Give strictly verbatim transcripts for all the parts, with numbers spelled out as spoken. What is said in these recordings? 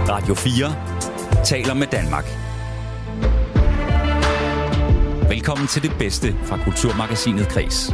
Radio fire taler med Danmark. Velkommen til det bedste fra Kulturmagasinet Kres.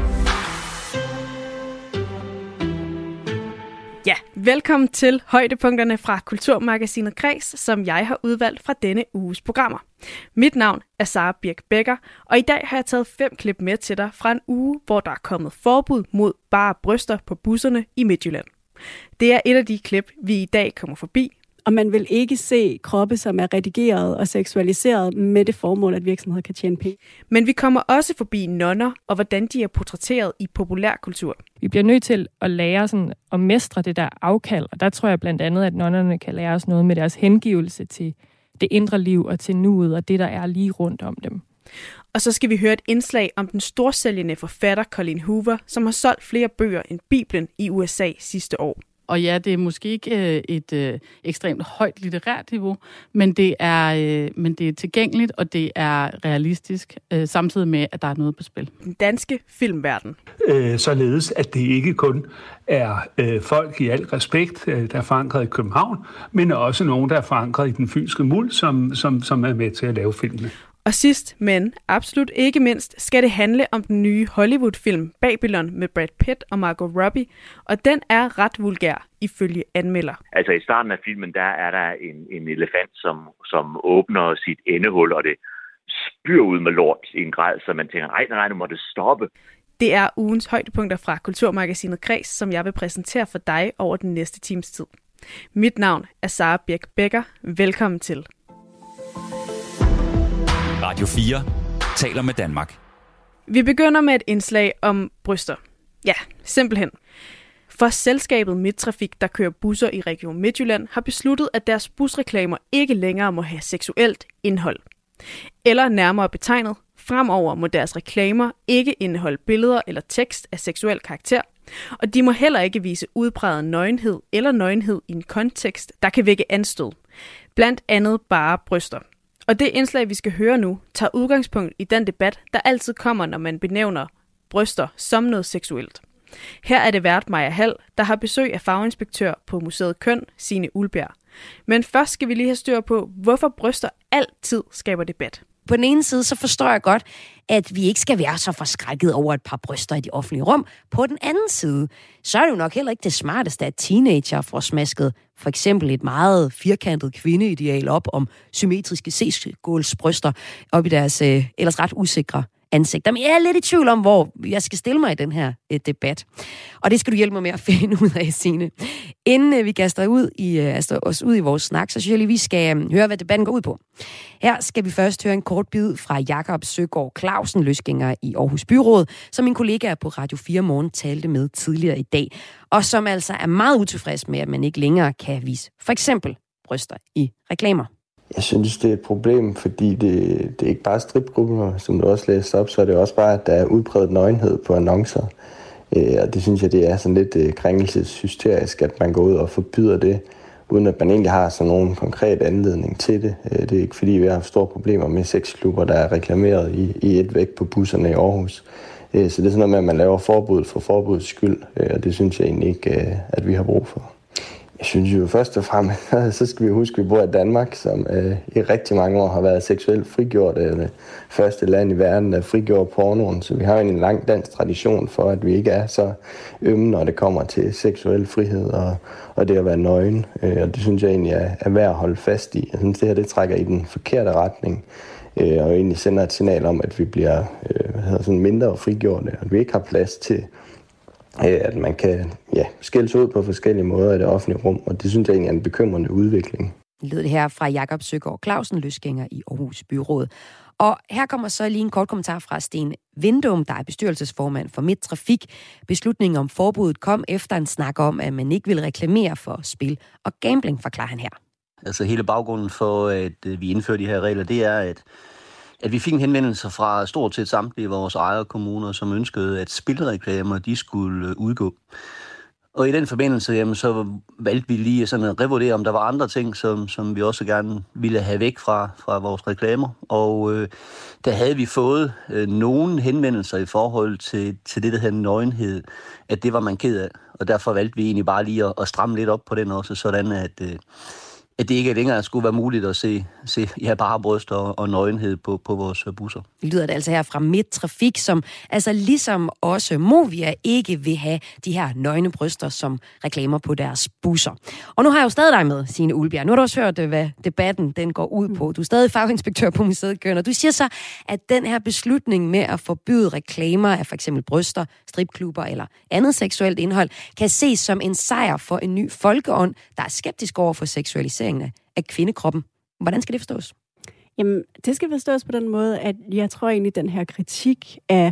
Ja, velkommen til højdepunkterne fra Kulturmagasinet Kres, som jeg har udvalgt fra denne uges programmer. Mit navn er Sara Birk Becker, og i dag har jeg taget fem klip med til dig fra en uge, hvor der er kommet forbud mod bare bryster på busserne i Midtjylland. Det er et af de klip, vi i dag kommer forbi. Og man vil ikke se kroppe, som er redigeret og seksualiseret med det formål, at virksomheder kan tjene penge. Men vi kommer også forbi nonner og hvordan de er portrætteret i populærkultur. Vi bliver nødt til at lære sådan, at mestre det der afkald, og der tror jeg blandt andet, at nonnerne kan lære os noget med deres hengivelse til det indre liv og til nuet og det, der er lige rundt om dem. Og så skal vi høre et indslag om den storsælgende forfatter Colleen Hoover, som har solgt flere bøger end Bibelen i U S A sidste år. Og ja, det er måske ikke øh, et øh, ekstremt højt litterært niveau, men det er, øh, men det er tilgængeligt, og det er realistisk, øh, samtidig med, at der er noget på spil. Den danske filmverden. Øh, således, at det ikke kun er øh, folk i al respekt, øh, der er forankret i København, men også nogen, der er forankret i den fynske muld, som, som, som er med til at lave filmene. Og sidst, men absolut ikke mindst, skal det handle om den nye Hollywood-film Babylon med Brad Pitt og Margot Robbie, og den er ret vulgær ifølge anmelder. Altså i starten af filmen, der er der en, en elefant, som, som åbner sit endehul, og det spyr ud med lort i en grad, så man tænker, nej, nej, nu må det stoppe. Det er ugens højdepunkter fra Kulturmagasinet Kres, som jeg vil præsentere for dig over den næste times tid. Mit navn er Sara Birk Becker. Velkommen til. Radio fire taler med Danmark. Vi begynder med et indslag om bryster. Ja, simpelthen. For selskabet Midttrafik, der kører busser i Region Midtjylland, har besluttet, at deres busreklamer ikke længere må have seksuelt indhold. Eller nærmere betegnet, fremover må deres reklamer ikke indeholde billeder eller tekst af seksuel karakter, og de må heller ikke vise udpræget nøgenhed eller nøgenhed i en kontekst, der kan vække anstød. Blandt andet bare bryster. Og det indslag, vi skal høre nu, tager udgangspunkt i den debat, der altid kommer, når man benævner bryster som noget seksuelt. Her er det vært Maja Hall, der har besøg af faginspektør på Museet Køn, Signe Uldbjerg. Men først skal vi lige have styr på, hvorfor bryster altid skaber debat. På den ene side, så forstår jeg godt, at vi ikke skal være så forskrækket over et par bryster i de offentlige rum. På den anden side, så er det jo nok heller ikke det smarteste, at teenager får smasket for eksempel et meget firkantet kvindeideal op om symmetriske c-skålsbryster op i deres øh, ellers ret usikre ansigter. Men jeg er lidt i tvivl om, hvor jeg skal stille mig i den her øh, debat. Og det skal du hjælpe mig med at finde ud af, Signe. Inden øh, vi kaster ud i, øh, altså, os ud i vores snak, så synes jeg lige, vi skal øh, høre, hvad debatten går ud på. Her skal vi først høre en kort bid fra Jakob Søgaard Clausen, løsgænger i Aarhus Byråd, som min kollega på Radio fire Morgen talte med tidligere i dag, og som altså er meget utilfreds med, at man ikke længere kan vise for eksempel bryster i reklamer. Jeg synes, det er et problem, fordi det, det er ikke bare stripgrupper, som du også læste op, så er det også bare, at der er udbredt nøgenhed på annoncer. Øh, og det synes jeg, det er sådan lidt øh, krænkelseshysterisk, at man går ud og forbyder det, uden at man egentlig har sådan nogen konkret anledning til det. Øh, det er ikke fordi, vi har store problemer med sexklubber, der er reklameret i, i et væk på busserne i Aarhus. Øh, så det er sådan noget med, at man laver forbud for forbuds skyld, øh, og det synes jeg egentlig ikke, øh, at vi har brug for. Jeg synes jo først og fremmest, så skal vi huske, at vi bor i Danmark, som øh, i rigtig mange år har været seksuelt frigjort. Det det første land i verden, der frigjorde pornoen. Så vi har jo en lang dansk tradition for, at vi ikke er så ømme, når det kommer til seksuel frihed og, og det at være nøgen. Øh, og det synes jeg egentlig er, er værd at holde fast i. Jeg synes, det her det trækker i den forkerte retning. Øh, og egentlig sender et signal om, at vi bliver øh, hvad hedder, sådan mindre frigjorte, og at vi ikke har plads til at man kan ja, skældes ud på forskellige måder i det offentlige rum, og det synes jeg egentlig er en bekymrende udvikling. Det lød det her fra Jakob Søgaard Clausen, løsgænger i Aarhus Byråd. Og her kommer så lige en kort kommentar fra Sten Vindum, der er bestyrelsesformand for Midttrafik. Beslutningen om forbuddet kom efter en snak om, at man ikke vil reklamere for spil og gambling, forklarer han her. Altså hele baggrunden for, at vi indfører de her regler, det er, at at vi fik en henvendelse fra stort set samtlige vores ejerkommuner, som ønskede, at spilreklamer de skulle udgå. Og i den forbindelse, jamen, så valgte vi lige sådan at revurdere, om der var andre ting, som, som vi også gerne ville have væk fra, fra vores reklamer. Og øh, der havde vi fået øh, nogle henvendelser i forhold til, til det, der hedder nøgenhed, at det var man ked af. Og derfor valgte vi egentlig bare lige at, at stramme lidt op på den også, sådan at, øh, at det ikke længere skulle være muligt at se, se ja, bare bryster og, og nøgenhed på, på vores busser. Det lyder det altså her fra Midttrafik, som altså ligesom også Movia ikke vil have de her nøgne bryster som reklamer på deres busser. Og nu har jeg jo stadig dig med, Signe Uldbjerg. Nu har du også hørt, hvad debatten den går ud på. Du er stadig faginspektør på Museet Gjøn, og du siger så, at den her beslutning med at forbyde reklamer af for eksempel bryster, stripklubber eller andet seksuelt indhold, kan ses som en sejr for en ny folkeånd, der er skeptisk over for seksualisering af kvindekroppen. Hvordan skal det forstås? Jamen, det skal forstås på den måde, at jeg tror egentlig, den her kritik af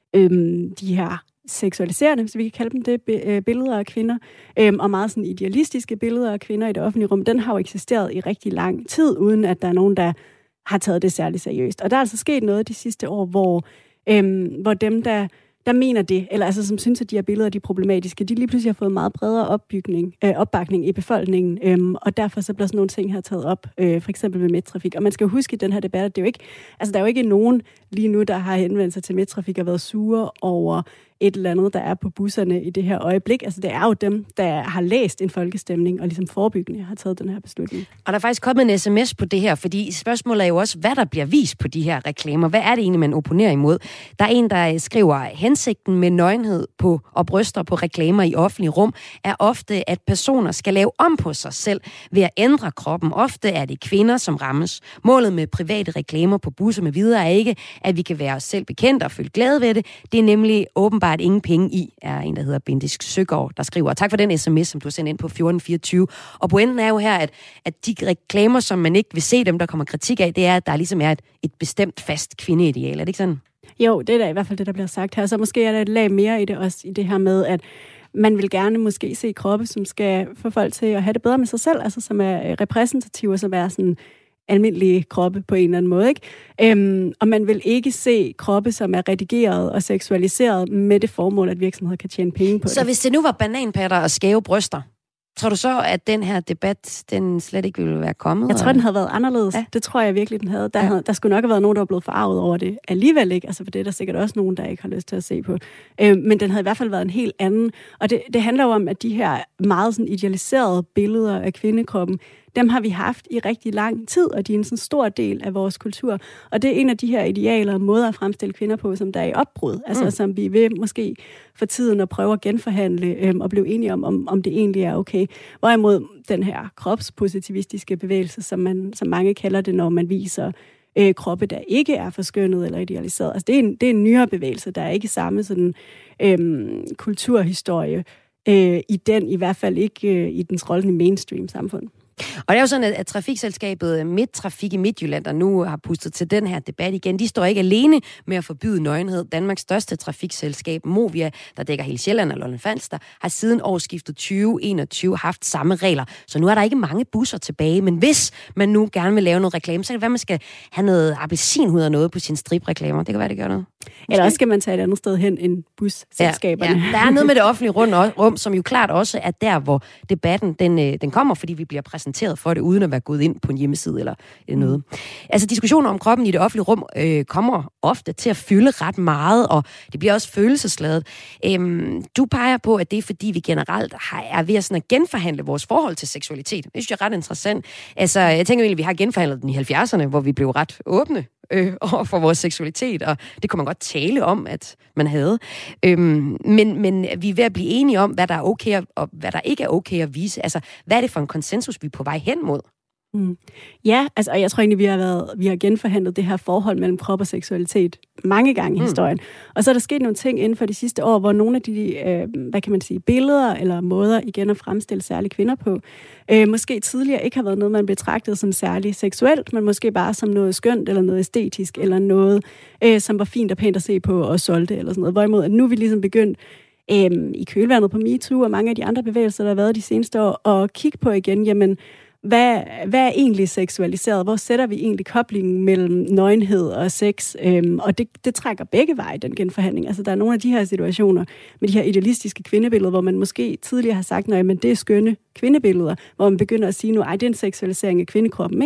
øhm, de her seksualiserende, hvis vi kan kalde dem det, billeder af kvinder, øhm, og meget sådan idealistiske billeder af kvinder i det offentlige rum, den har jo eksisteret i rigtig lang tid, uden at der er nogen, der har taget det særligt seriøst. Og der er altså sket noget de sidste år, hvor, øhm, hvor dem, der der mener det, eller altså som synes, at de her billeder de er problematiske, de lige pludselig har fået meget bredere opbygning, øh, opbakning i befolkningen, øhm, og derfor så bliver sådan nogle ting her taget op, øh, for eksempel med Midttrafik. Og man skal jo huske i den her debat, at det er jo ikke, altså der er jo ikke nogen lige nu, der har henvendt sig til Midttrafik og været sure over et eller andet, der er på busserne i det her øjeblik. Altså det er jo dem, der har læst en folkestemning og ligesom forebyggende har taget den her beslutning. Og der er faktisk kommet en sms på det her, fordi spørgsmålet er jo også, hvad der bliver vist på de her reklamer. Hvad er det egentlig, man opponerer imod? Der er en, der skriver, hensigten med nøgenhed på og bryster på reklamer i offentlig rum er ofte, at personer skal lave om på sig selv ved at ændre kroppen. Ofte er det kvinder, som rammes. Målet med private reklamer på busser med videre er ikke, at vi kan være os selv bekendte og føle glæde ved det. Det er nemlig åbenbart ingen penge i, er en, der hedder Bendisk Søgaard, der skriver. Tak for den sms, som du har sendt ind på fjorten fireogtyve. Og pointen er jo her, at, at de reklamer, som man ikke vil se dem, der kommer kritik af, det er, at der ligesom er et, et bestemt fast kvindeideal. Er det ikke sådan? Jo, det er da i hvert fald det, der bliver sagt her. Så måske er der et lag mere i det også, i det her med, at man vil gerne måske se kroppe, som skal få folk til at have det bedre med sig selv, altså som er repræsentative, som er sådan almindelige kroppe på en eller anden måde, ikke? Øhm, og man vil ikke se kroppe, som er redigeret og seksualiseret med det formål, at virksomheder kan tjene penge på Så det. Så hvis det nu var bananpatter og skæve bryster, tror du så, at den her debat, den slet ikke ville være kommet? Jeg tror, eller? den havde været anderledes. Ja. Det tror jeg virkelig, den havde. Der, ja. havde. der skulle nok have været nogen, der var blevet forarvet over det alligevel, ikke? Altså for det er der sikkert også nogen, der ikke har lyst til at se på. Øh, men den havde i hvert fald været en helt anden. Og det, det handler jo om, at de her meget sådan idealiserede billeder af kvindekroppen, dem har vi haft i rigtig lang tid, og de er en sådan stor del af vores kultur. Og det er en af de her idealer og måder at fremstille kvinder på, som der er i opbrud. Altså mm. som vi vil måske for tiden at prøve at genforhandle øhm, og blive enige om, om, om det egentlig er okay. Hvorimod den her kropspositivistiske bevægelse, som, man, som mange kalder det, når man viser øh, kroppe, der ikke er forskønnet eller idealiseret. Altså det er en, det er en nyere bevægelse, der er ikke samme sådan øhm, kulturhistorie øh, i den, i hvert fald ikke øh, i dens rolle i mainstream-samfund. Og det er jo sådan, at, at trafikselskabet Midttrafik i Midtjylland, der nu har pustet til den her debat igen, de står ikke alene med at forbyde nøgenhed. Danmarks største trafikselskab, Movia, der dækker hele Sjælland og Lolland-Falster, har siden årsskiftet tyve enogtyve haft samme regler. Så nu er der ikke mange busser tilbage, men hvis man nu gerne vil lave noget reklame, så kan det være, at man skal have noget appelsinhud og noget på sine stripreklamer. Det kan være, det gør noget. Måske. Eller også skal man tage et andet sted hen end busselskaberne. Ja, ja. Der er noget med det offentlige rum, som jo klart også er der, hvor debatten den, den kommer, fordi vi bliver præsenteret for det, uden at være gået ind på en hjemmeside eller noget. Mm. Altså diskussioner om kroppen i det offentlige rum øh, kommer ofte til at fylde ret meget, og det bliver også følelsesladet. Øhm, du peger på, at det er fordi, vi generelt har, er ved at, sådan at genforhandle vores forhold til seksualitet. Det synes jeg er ret interessant. Altså, jeg tænker egentlig, at vi har genforhandlet den i halvfjerdserne, hvor vi blev ret åbne øh, over for vores seksualitet, og det kunne man godt tale om, at man havde. Øhm, men, men vi er ved at blive enige om, hvad der er okay og hvad der ikke er okay at vise. Altså, hvad er det for en konsensus, vi er på vej hen mod? Mm. Ja, altså, og jeg tror egentlig, vi har, været, vi har genforhandlet det her forhold mellem krop og seksualitet mange gange i mm. historien. Og så er der sket nogle ting inden for de sidste år, hvor nogle af de, øh, hvad kan man sige, billeder eller måder igen at fremstille særlige kvinder på, øh, måske tidligere ikke har været noget, man betragtede som særligt seksuelt, men måske bare som noget skønt eller noget æstetisk, eller noget, øh, som var fint og pænt at se på og solgte eller sådan noget. Hvorimod, at nu er vi ligesom begyndt øh, i kølvandet på MeToo og mange af de andre bevægelser, der har været de seneste år, og kigge på igen, jamen, Hvad, hvad er egentlig seksualiseret? Hvor sætter vi egentlig koblingen mellem nøgenhed og sex? Øhm, og det, det trækker begge veje, den genforhandling. Altså, der er nogle af de her situationer med de her idealistiske kvindebilleder, hvor man måske tidligere har sagt, at det er skønne kvindebilleder, hvor man begynder at sige nu, ej, det er en seksualisering af kvindekroppen, ikke?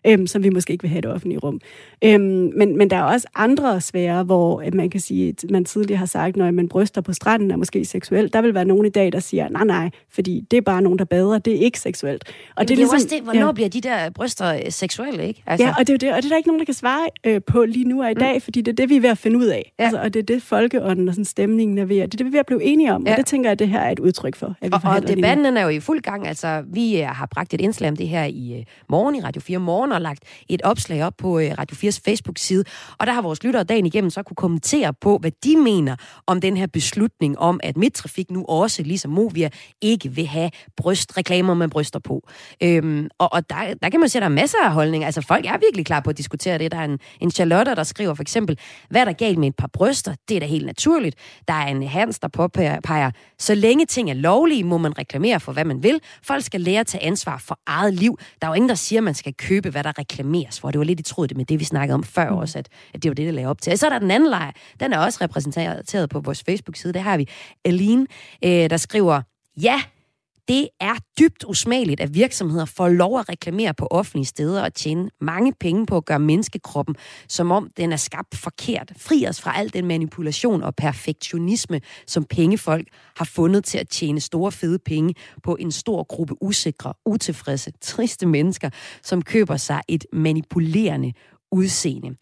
øhm, som vi måske ikke vil have i det offentlige rum. Øhm, men, men der er også andre sfærer, hvor man kan sige, at man tidligere har sagt, når man bryster på stranden er måske seksuelt. Der vil være nogen i dag, der siger, nej, nej, fordi det er bare nogen, der bader, det er ikke seksuelt. Og Jamen, det er, det er ligesom, også det, hvornår ja. bliver de der bryster seksuelle, ikke? Altså. Ja, og det er jo det, og det er der ikke nogen, der kan svare øh, på lige nu og i dag, mm. fordi det er det, vi er ved at finde ud af. Ja. Altså, og det er det, folkeånden og sådan stemningen er ved at, det er det, vi er ved at blive enige om, ja. Og det tænker jeg, at det her er et udtryk for. At vi og, og debatten er jo i fuld gang. Altså, vi uh, har bragt et indslag om det her i uh, morgen i Radio fire Morgen og lagt et opslag op på uh, Radio fires Facebook-side, og der har vores lyttere dagen igennem så kunne kommentere på, hvad de mener om den her beslutning om, at Midttrafik nu også, ligesom Movia, ikke vil have brystreklamer med bryster på. Øhm, og og der, der kan man se, at der er masser af holdninger. Altså, folk er virkelig klar på at diskutere det. Der er en, en Charlotte, der skriver for eksempel, hvad er der galt med et par bryster? Det er da helt naturligt. Der er en Hans, der påpeger, så længe ting er lovlige, må man reklamere for, hvad man vil. Folk skal lære at tage ansvar for eget liv. Der er jo ingen, der siger, at man skal købe, hvad der reklameres for. Det var lidt i tråd med det, vi snakkede om før mm. også, at, at det var det, der lagde op til. Og så er der den anden lejr. Den er også repræsenteret på vores Facebook-side. Der har vi Aline, øh, der skriver, ja, det er dybt usmageligt, at virksomheder får lov at reklamere på offentlige steder og tjene mange penge på at gøre menneskekroppen, som om den er skabt forkert. Fri os fra al den manipulation og perfektionisme, som pengefolk har fundet til at tjene store fede penge på en stor gruppe usikre, utilfredse, triste mennesker, som køber sig et manipulerende udseende.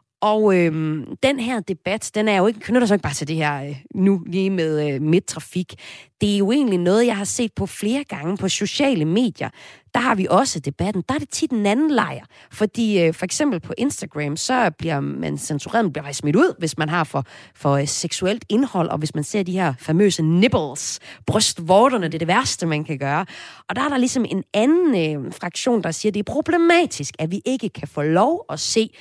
Og øhm, den her debat, den er jo ikke, knytter sig ikke bare til det her øh, nu lige med øh, Midttrafik. Det er jo egentlig noget, jeg har set på flere gange på sociale medier. Der har vi også debatten. Der er det tit en anden lejr. Fordi øh, for eksempel på Instagram, så bliver man censureret, man bliver smidt ud, hvis man har for, for øh, seksuelt indhold, og hvis man ser de her famøse nipples, brystvorterne, det er det værste, man kan gøre. Og der er der ligesom en anden øh, fraktion, der siger, at det er problematisk, at vi ikke kan få lov at se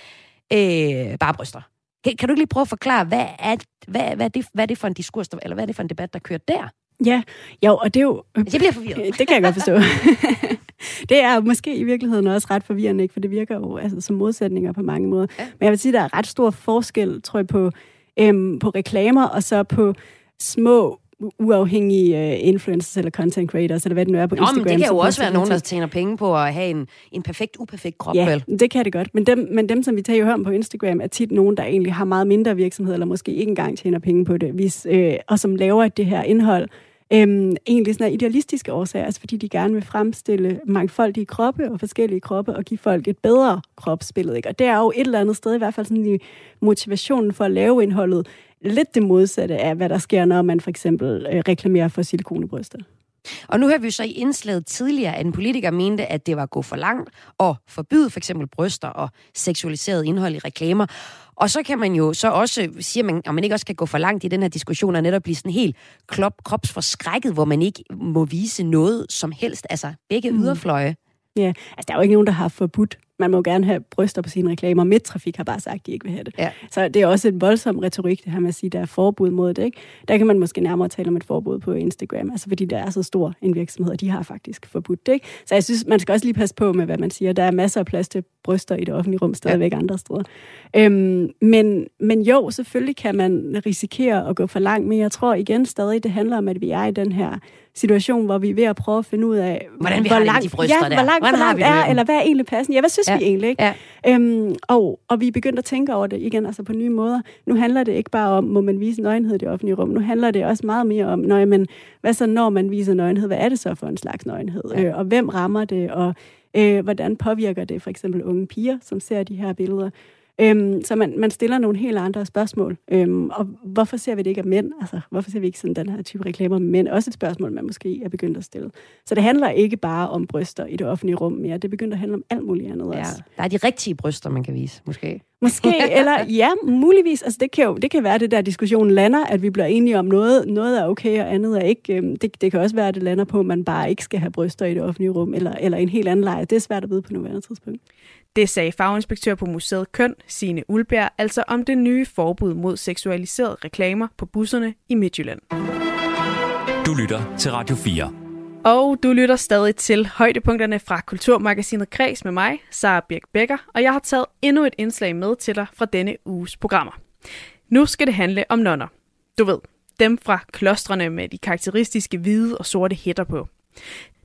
Øh, bare bryster. Kan, kan du ikke lige prøve at forklare, hvad er, hvad, hvad, er det, hvad er det for en diskurs, eller hvad er det for en debat, der kører der? Ja, jo, og det er jo... Jeg bliver forvirret. Det kan jeg godt forstå. Det er måske i virkeligheden også ret forvirrende, ikke? For det virker jo altså, som modsætninger på mange måder. Ja. Men jeg vil sige, der er ret stor forskel, tror jeg, på, øhm, på reklamer, og så på små uafhængige uh, influencers eller content creators, eller hvad det nu er på Nå, Instagram. Men det kan jo også være nogen, der tjener penge på at have en, en perfekt, uperfekt krop. Ja, vel? det kan det godt. Men dem, men dem, som vi tager jo på Instagram, er tit nogen, der egentlig har meget mindre virksomhed, eller måske ikke engang tjener penge på det, hvis, øh, og som laver det her indhold, øh, egentlig sådan af idealistiske årsager, altså fordi de gerne vil fremstille mangfoldige kroppe og forskellige kroppe, og give folk et bedre kropsbillede. Ikke? Og det er jo et eller andet sted, i hvert fald sådan i motivationen for at lave indholdet, lidt det modsatte af, hvad der sker, når man for eksempel øh, reklamerer for silikonebryster. Og nu har vi jo så i indslaget tidligere, at en politiker mente, at det var at gå for langt og forbyde for eksempel bryster og seksualiseret indhold i reklamer. Og så kan man jo så også sige, at man, at man ikke også kan gå for langt i den her diskussion og netop blive sådan helt krop, kropsforskrækket, hvor man ikke må vise noget som helst. Altså begge mm. yderfløje. Ja, altså der er jo ikke nogen, der har forbudt. Man må gerne have bryster på sine reklamer. Midttrafik har bare sagt, at de ikke vil have det. Ja. Så det er også en voldsom retorik, det her med at sige, at der er forbud mod det. Ikke? Der kan man måske nærmere tale om et forbud på Instagram, altså fordi der er så stor en virksomhed, og de har faktisk forbudt det. Ikke? Så jeg synes, man skal også lige passe på med, hvad man siger. Der er masser af plads til bryster i det offentlige rum, stadigvæk ja. Andre steder. Øhm, men, men jo, selvfølgelig kan man risikere at gå for langt, men jeg tror igen stadig, det handler om, at vi er i den her situation, hvor vi er ved at prøve at finde ud af, hvordan vi hvor har langt, de bryster ja, der. hvor langt, hvor langt er, eller hvad er egentlig passende? Ja, hvad synes ja. vi egentlig? Ikke? Ja. Øhm, og, og vi er begyndt at tænke over det igen, altså på nye måder. Nu handler det ikke bare om, må man vise nøgenhed i det offentlige rum. Nu handler det også meget mere om, nøj, men hvad så når man viser nøgenhed? Hvad er det så for en slags nøgenhed? Ja. Øh, og hvem rammer det? Og øh, hvordan påvirker det for eksempel unge piger, som ser de her billeder? Øhm, så man, man stiller nogle helt andre spørgsmål. Øhm, og hvorfor ser vi det ikke af mænd? Altså, hvorfor ser vi ikke sådan den her type reklamer med mænd? Også et spørgsmål, man måske er begyndt at stille. Så det handler ikke bare om bryster i det offentlige rum mere. Det er begyndt at handle om alt muligt andet ja, også. Der er de rigtige bryster, man kan vise, måske. Måske, eller ja, muligvis. Altså, det kan jo det kan være, at det der diskussion lander, at vi bliver enige om noget. Noget er okay, og andet er ikke. Det, det kan også være, at det lander på, at man bare ikke skal have bryster i det offentlige rum, eller, eller en helt anden lejr. Det er svært at vide på nuværende tidspunkt. Det sagde faginspektør på Museet Køn, Signe Ulbjerg, altså om det nye forbud mod seksualiserede reklamer på busserne i Midtjylland. Du lytter til Radio fire. Og du lytter stadig til højdepunkterne fra Kulturmagasinet Kreds med mig, Sara Birk Becker, og jeg har taget endnu et indslag med til dig fra denne uges programmer. Nu skal det handle om nonner. Du ved, dem fra klostrene med de karakteristiske hvide og sorte hætter på.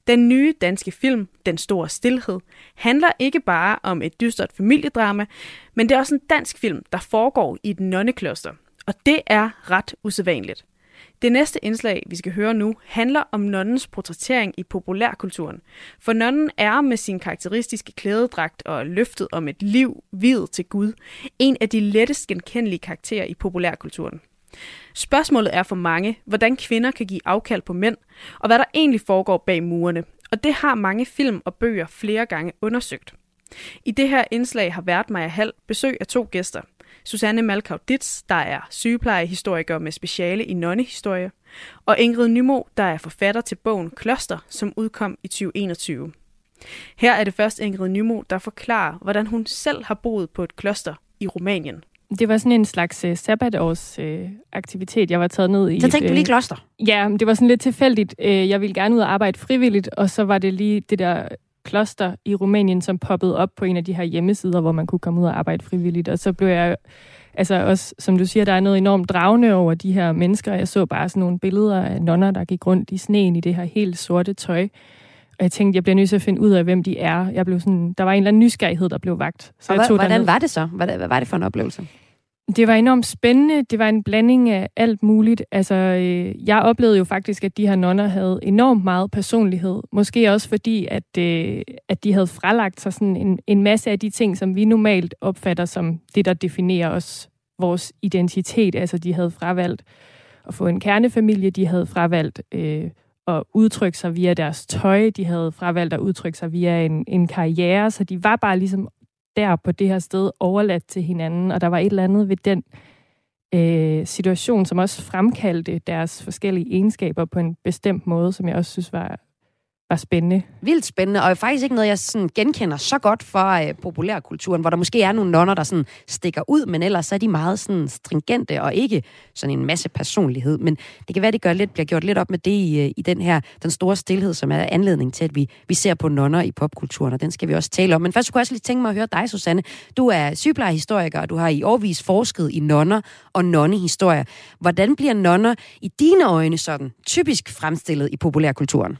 Den nye danske film, Den Store Stilhed, handler ikke bare om et dystert familiedrama, men det er også en dansk film, der foregår i et nonnekloster. Og det er ret usædvanligt. Det næste indslag, vi skal høre nu, handler om nonnens portrættering i populærkulturen. For nonnen er med sin karakteristiske klædedragt og løftet om et liv viet til Gud, en af de lettest genkendelige karakterer i populærkulturen. Spørgsmålet er for mange, hvordan kvinder kan give afkald på mænd, og hvad der egentlig foregår bag murene. Og det har mange film og bøger flere gange undersøgt. I det her indslag har vært Maja Hall besøg af to gæster. Susanne Malkau Ditz, der er sygeplejehistoriker med speciale i nonnehistorie, og Ingrid Nymo, der er forfatter til bogen Kloster, som udkom i tyve enogtyve. Her er det først Ingrid Nymo, der forklarer, hvordan hun selv har boet på et kloster i Rumænien. Det var sådan en slags uh, sabbatårs uh, aktivitet, jeg var taget ned i. Så tænkte du lige kloster? Ja, det var sådan lidt tilfældigt. Uh, jeg ville gerne ud og arbejde frivilligt, og så var det lige det der kloster i Rumænien, som poppede op på en af de her hjemmesider, hvor man kunne komme ud og arbejde frivilligt. Og så blev jeg, altså også, som du siger, der er noget enormt dragende over de her mennesker. Jeg så bare sådan nogle billeder af nonner, der gik rundt i sneen i det her helt sorte tøj. Og jeg tænkte, jeg bliver nødt til at finde ud af, hvem de er. Jeg blev sådan, der var en eller anden nysgerrighed, der blev vakt. Så og jeg tog hvordan derned. var det så? Hvad, hvad var det for en oplevelse? Det var enormt spændende. Det var en blanding af alt muligt. Altså, øh, jeg oplevede jo faktisk, at de her nonner havde enormt meget personlighed. Måske også fordi, at, øh, at de havde fralagt sig sådan en, en masse af de ting, som vi normalt opfatter som det, der definerer os, vores identitet. Altså, de havde fravalgt at få en kernefamilie. De havde fravalgt øh, at udtrykke sig via deres tøj. De havde fravalgt at udtrykke sig via en, en karriere. Så de var bare ligesom der på det her sted overladt til hinanden, og der var et eller andet ved den øh, situation, som også fremkaldte deres forskellige egenskaber på en bestemt måde, som jeg også synes var, var spændende. Vildt spændende, og faktisk ikke noget, jeg sådan genkender så godt fra øh, populærkulturen, hvor der måske er nogle nonner, der sådan stikker ud, men ellers er de meget sådan stringente og ikke sådan en masse personlighed. Men det kan være, det gør lidt, bliver gjort lidt op med det i, i den her, den store stilhed, som er anledning til, at vi, vi ser på nonner i popkulturen, og den skal vi også tale om. Men først kunne jeg også lige tænke mig at høre dig, Susanne. Du er sygeplejehistoriker, og du har i årevis forsket i nonner og nonnehistorie. Hvordan bliver nonner i dine øjne sådan typisk fremstillet i populærkulturen?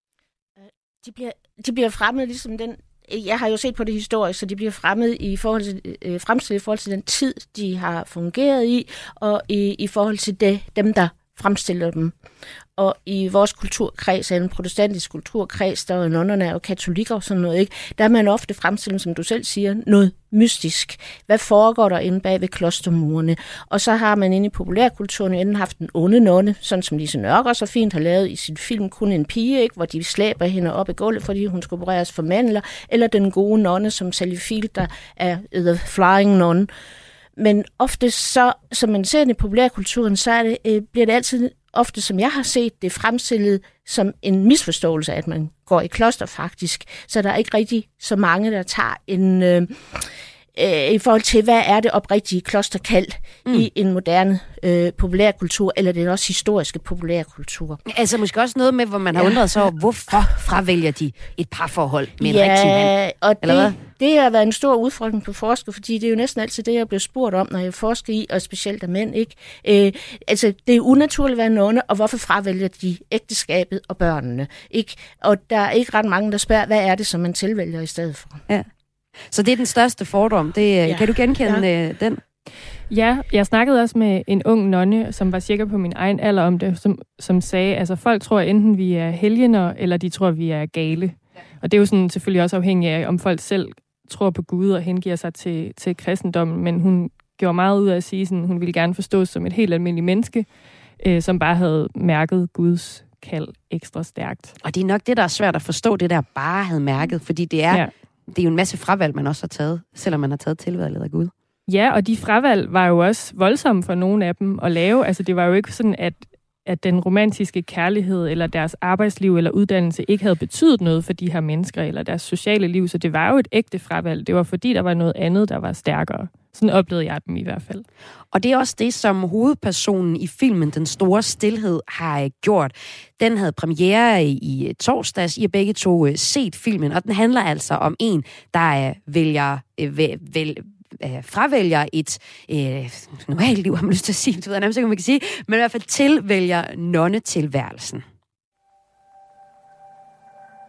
De bliver, de bliver fremmet ligesom den... Jeg har jo set på det historisk, så de bliver fremmet i forhold til, øh, fremstillet i forhold til den tid, de har fungeret i, og i, i forhold til det, dem, der fremstiller dem. Og i vores kulturkreds, en protestantisk kulturkreds, der er nonnerne er jo katolikker og sådan noget, ikke? Der er man ofte fremstillet, som du selv siger, noget mystisk. Hvad foregår der inde bag ved klostermurene? Og så har man inde i populærkulturen enten haft en onde nonne, sådan som Lise Nørgaard så fint har lavet i sin film Kun en pige, ikke? Hvor de slæber hende op i gulvet, fordi hun skal opereres for mandler, eller den gode nonne, som Sally Field, der er The Flying Nun. Men ofte så, som man ser i populærkulturen, så er det, øh, bliver det altid, ofte som jeg har set, det fremstillet som en misforståelse, at man går i kloster faktisk. Så der er ikke rigtig så mange, der tager en... Øh, øh, i forhold til, hvad er det oprigtige klosterkald mm. i en moderne øh, populærkultur, eller den også historiske populærkultur. Altså måske også noget med, hvor man har ja. undret sig over, hvorfor fravælger de et parforhold med en ja, rigtig mand? Og eller det, hvad? det har været en stor udfordring på forskere, fordi det er jo næsten altid det, jeg bliver spurgt om, når jeg forsker i, og specielt af mænd, ikke? Øh, altså, det er unaturligt at være nonne, og hvorfor fravælger de ægteskabet og børnene, ikke? Og der er ikke ret mange, der spørger, hvad er det, som man tilvælger i stedet for? Ja. Så det er den største fordom. Det, ja. Kan du genkende ja. den? Ja, jeg snakkede også med en ung nonne, som var cirka på min egen alder om det, som, som sagde, altså folk tror enten vi er helgener, eller de tror vi er gale. Ja. Og det er jo sådan selvfølgelig også afhængigt af, om folk selv tror på Gud og hengiver sig til, til kristendommen, men hun gjorde meget ud af at sige, sådan, hun ville gerne forstås som et helt almindeligt menneske, øh, som bare havde mærket Guds kald ekstra stærkt. Og det er nok det, der er svært at forstå, det der bare havde mærket, fordi det er, ja. det er jo en masse fravalg, man også har taget, selvom man har taget tilvalget af Gud. Ja, og de fravalg var jo også voldsomme for nogle af dem at lave. Altså det var jo ikke sådan, at, at den romantiske kærlighed eller deres arbejdsliv eller uddannelse ikke havde betydet noget for de her mennesker eller deres sociale liv. Så det var jo et ægte fravalg. Det var fordi, der var noget andet, der var stærkere. Sådan oplevede jeg dem i hvert fald. Og det er også det, som hovedpersonen i filmen Den Store Stilhed har gjort. Den havde premiere i torsdags. I har begge to set filmen, og den handler altså om en, der vælger... Vel, vel, fravælger et øh, normalt liv, har man lyst til at sige, det ved jeg nærmest ikke, man kan sige, men i hvert fald tilvælger nonnetilværelsen.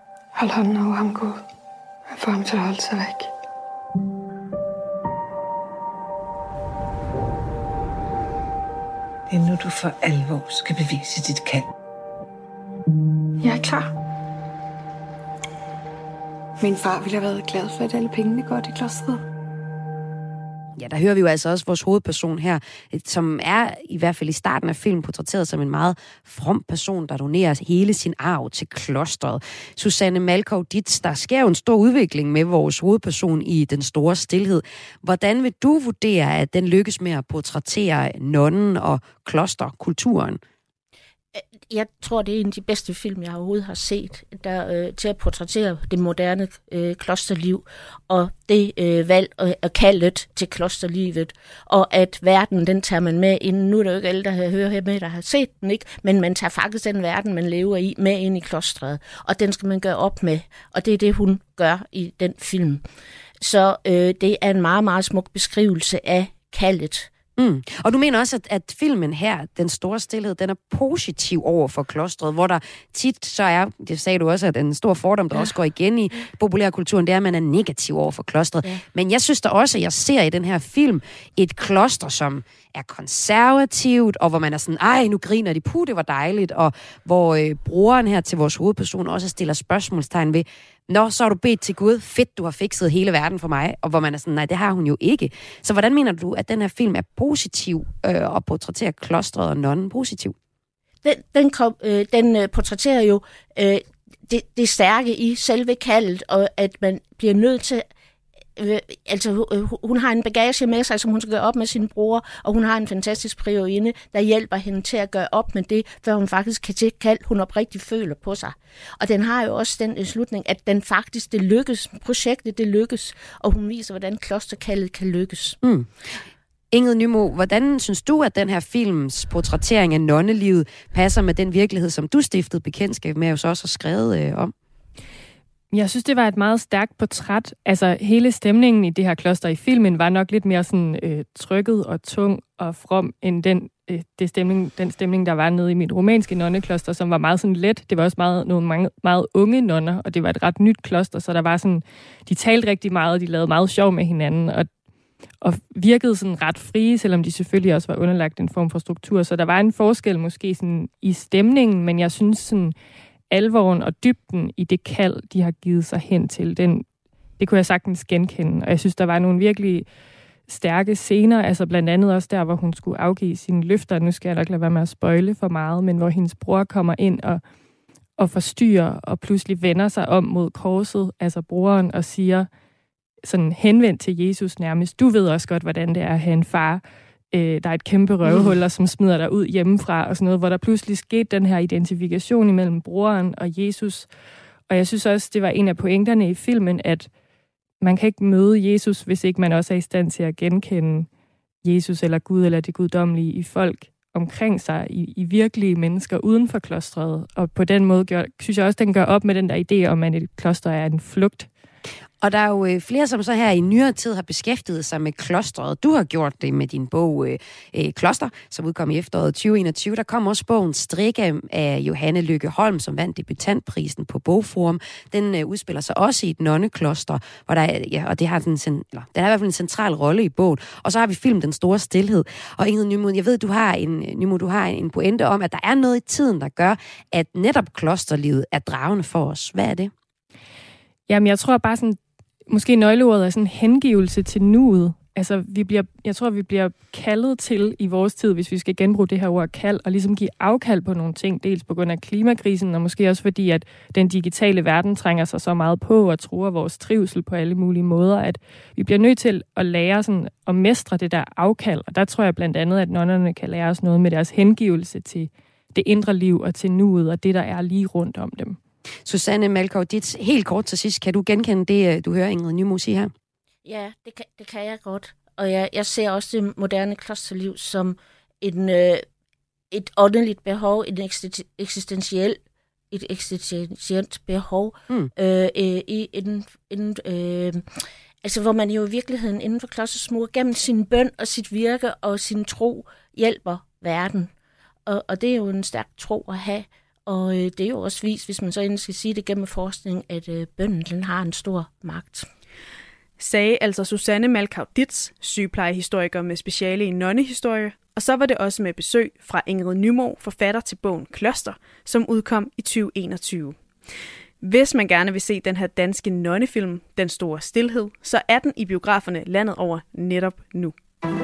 Hold hånden over ham, Gud. Og få ham til at holde sig væk. Det er nu, du for alvor skal bevise dit kald. Jeg er klar. Min far ville have været glad for, at alle pengene går til klostret. Ja, der hører vi jo altså også vores hovedperson her, som er i hvert fald i starten af filmen portrætteret som en meget from person, der donerer hele sin arv til klostret. Susanne Malkov Ditz, der sker jo en stor udvikling med vores hovedperson i Den Store Stilhed. Hvordan vil du vurdere, at den lykkes med at portrættere nonnen og klosterkulturen? Jeg tror, det er en af de bedste film, jeg overhovedet har set, der øh, til at portrættere det moderne øh, klosterliv, og det øh, valg og, og kaldet til klosterlivet, og at verden, den tager man med ind. Nu er det jo ikke alle, der hører her med, der har set den, ikke? Men man tager faktisk den verden, man lever i, med ind i klostret, og den skal man gøre op med, og det er det, hun gør i den film. Så øh, det er en meget, meget smuk beskrivelse af kaldet. Mm. Og du mener også, at, at filmen her, Den Store Stilhed, den er positiv over for klostret, hvor der tit så er, det sagde du også, at en stor fordom, der ja. også går igen i populærkulturen, det er, at man er negativ over for klostret. Ja. Men jeg synes da også, at jeg ser i den her film et kloster, som er konservativt, og hvor man er sådan, ej, nu griner de, puh, det var dejligt, og hvor øh, brugeren her til vores hovedperson også stiller spørgsmålstegn ved, nå, så har du bedt til Gud, fedt, du har fikset hele verden for mig, og hvor man er sådan, nej, det har hun jo ikke. Så hvordan mener du, at den her film er positiv øh, og portrætterer klostret og nonnen positiv? Den, den, kom, øh, den øh, portrætterer jo øh, det, det stærke i selve kaldet, og at man bliver nødt til Øh, altså, hun har en bagage med sig, som hun skal gøre op med sin bror, og hun har en fantastisk priorinde, der hjælper hende til at gøre op med det, før hun faktisk kan til kald, hun oprigtigt føler på sig. Og den har jo også den slutning, at den faktisk, det lykkes, projektet det lykkes, og hun viser, hvordan klosterkaldet kan lykkes. Mm. Ingrid Nymo, hvordan synes du, at den her films portrættering af nonnelivet passer med den virkelighed, som du stiftede bekendtskab med, og så også har skrevet øh, om? Jeg synes, det var et meget stærkt portræt. Altså, hele stemningen i det her kloster i filmen var nok lidt mere sådan øh, trykket og tung og from, end den, øh, det stemning, den stemning, der var nede i mit romanske nonnekloster, som var meget sådan let. Det var også meget, nogle mange, meget unge nonner, og det var et ret nyt kloster, så der var sådan, de talte rigtig meget, og de lavede meget sjov med hinanden, og, og virkede sådan ret frie, selvom de selvfølgelig også var underlagt en form for struktur. Så der var en forskel måske sådan i stemningen, men jeg synes sådan, alvoren og dybden i det kald, de har givet sig hen til, den, det kunne jeg sagtens genkende. Og jeg synes, der var nogle virkelig stærke scener, altså blandt andet også der, hvor hun skulle afgive sine løfter. Nu skal jeg nok lade være med at spoile for meget, men hvor hendes bror kommer ind og, og forstyrrer, og pludselig vender sig om mod korset, altså broren, og siger sådan henvendt til Jesus nærmest, du ved også godt, hvordan det er at have en far, der er et kæmpe røvhuller, som smider dig ud hjemmefra, og sådan noget, hvor der pludselig skete den her identifikation imellem broren og Jesus. Og jeg synes også, det var en af pointerne i filmen, at man kan ikke møde Jesus, hvis ikke man også er i stand til at genkende Jesus eller Gud eller det guddommelige i folk omkring sig, i, i virkelige mennesker uden for klostret. Og på den måde gør, synes jeg også, den gør op med den der idé om, at et kloster er en flugt. Og der er jo flere, som så her i nyere tid har beskæftiget sig med klostret. Du har gjort det med din bog øh, Kloster, som udkom i efteråret tyve enogtyve. Der kom også bogen Strikke af Johanne Lykke Holm, som vandt debutantprisen på Bogforum. Den øh, udspiller sig også i et nonnekloster, hvor der, ja, og det har den, eller, den har i hvert fald en central rolle i bogen. Og så har vi film Den Store Stilhed. Og Ingrid Nymo, jeg ved, du har en, Nymo, du har en pointe om, at der er noget i tiden, der gør, at netop klosterlivet er dragende for os. Hvad er det? Jamen, jeg tror bare sådan, måske nøgleordet er sådan en hengivelse til nuet. Altså, vi bliver, jeg tror, vi bliver kaldet til i vores tid, hvis vi skal genbruge det her ord kald, og ligesom give afkald på nogle ting, dels på grund af klimakrisen, og måske også fordi, at den digitale verden trænger sig så meget på og truer vores trivsel på alle mulige måder, at vi bliver nødt til at lære sådan, at mestre det der afkald. Og der tror jeg blandt andet, at nonnerne kan lære os noget med deres hengivelse til det indre liv og til nuet, og det, der er lige rundt om dem. Susanne Malkov Ditz, helt kort til sidst, kan du genkende det, du hører Ingrid Nymo sige her? Ja, det kan, det kan jeg godt. Og jeg, jeg ser også det moderne klosterliv som en, øh, et åndeligt behov, et eksistentielt, et eksistentielt behov, mm. øh, i en, en øh, altså hvor man jo i virkeligheden inden for klosterets mure gennem sin bøn og sit virke og sin tro hjælper verden. Og, og det er jo en stærk tro at have. Og øh, det er jo også vist, hvis man så endelig skal sige det gennem forskning, at øh, bønnen den har en stor magt. Sagde altså Susanne Malkau Ditz, sygeplejehistoriker med speciale i nonnehistorie, og så var det også med besøg fra Ingrid Nymo, forfatter til bogen Kloster, som udkom i tyve enogtyve. Hvis man gerne vil se den her danske nonnefilm, Den Store Stilhed, så er den i biograferne landet over netop nu.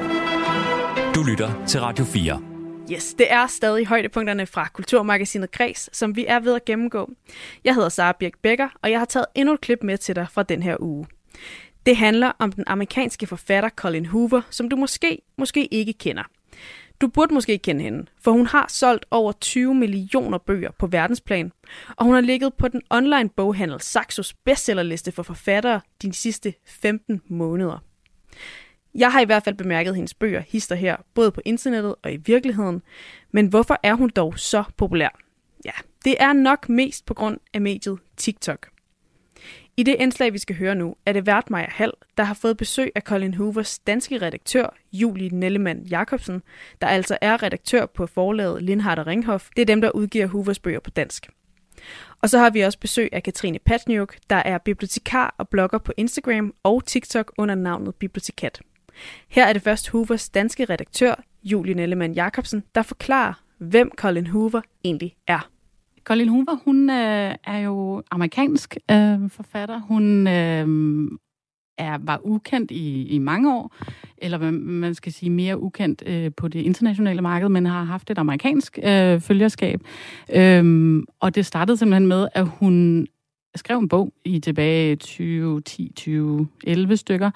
Du lytter til Radio fire. Yes, det er stadig højdepunkterne fra Kulturmagasinet Kreds, som vi er ved at gennemgå. Jeg hedder Sara Birk Becker, og jeg har taget endnu et klip med til dig fra den her uge. Det handler om den amerikanske forfatter Colleen Hoover, som du måske, måske ikke kender. Du burde måske kende hende, for hun har solgt over tyve millioner bøger på verdensplan, og hun har ligget på den online boghandel Saxos bestsellerliste for forfattere de sidste femten måneder. Jeg har i hvert fald bemærket hendes bøger hister her, både på internettet og i virkeligheden, men hvorfor er hun dog så populær? Ja, det er nok mest på grund af mediet TikTok. I det indslag, vi skal høre nu, er det vært Maja Hall, der har fået besøg af Colleen Hoovers danske redaktør, Julie Nellemann Jacobsen, der altså er redaktør på forlaget Lindhardt og Ringhof. Det er dem, der udgiver Hoovers bøger på dansk. Og så har vi også besøg af Katrine Patniuk, der er bibliotekar og blogger på Instagram og TikTok under navnet Bibliotekat. Her er det først Hoovers danske redaktør, Julie Nellemann Jacobsen, der forklarer, hvem Colleen Hoover egentlig er. Colleen Hoover, hun øh, er jo amerikansk øh, forfatter. Hun øh, er, var ukendt i, i mange år, eller man skal sige mere ukendt øh, på det internationale marked, men har haft et amerikansk øh, følgerskab. Øh, og det startede simpelthen med, at hun skrev en bog i tilbage tyve ti til tyve elleve stykker,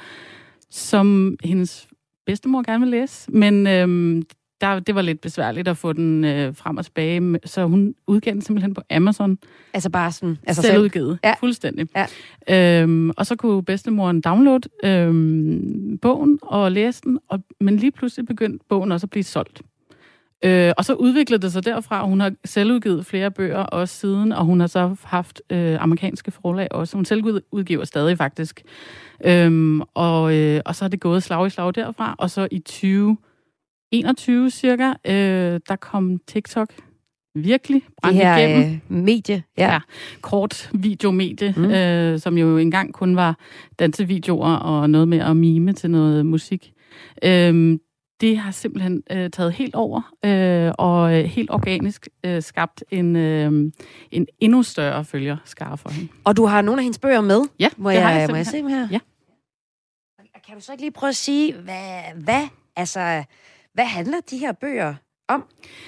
som hendes bedstemor gerne vil læse, men øh, Der, det var lidt besværligt at få den øh, frem og tilbage, så hun udgav den simpelthen på Amazon. Altså bare sådan... Altså selvudgivet, ja. Fuldstændig. Ja. Øhm, og så kunne bedstemoren downloade øhm, bogen og læse den, og, men lige pludselig begyndte bogen også at blive solgt. Øh, og så udviklede det sig derfra, og hun har selvudgivet flere bøger også siden, og hun har så haft øh, amerikanske forlag også. Hun selvudgiver stadig faktisk. Øhm, og, øh, og så er det gået slag i slag derfra, og så i tyve enogtyve cirka, øh, der kom TikTok virkelig brændt igennem. Det her øh, medie, ja. ja. Kort videomedie, mm. øh, som jo engang kun var dansevideoer og noget med at mime til noget musik. Øh, det har simpelthen øh, taget helt over, øh, og helt organisk øh, skabt en, øh, en endnu større følgerskare for hende. Og du har nogle af hendes bøger med? Ja, må det jeg, har jeg må jeg se dem her? Ja. Kan du så ikke lige prøve at sige, hvad, hvad, altså, hvad handler de her bøger om?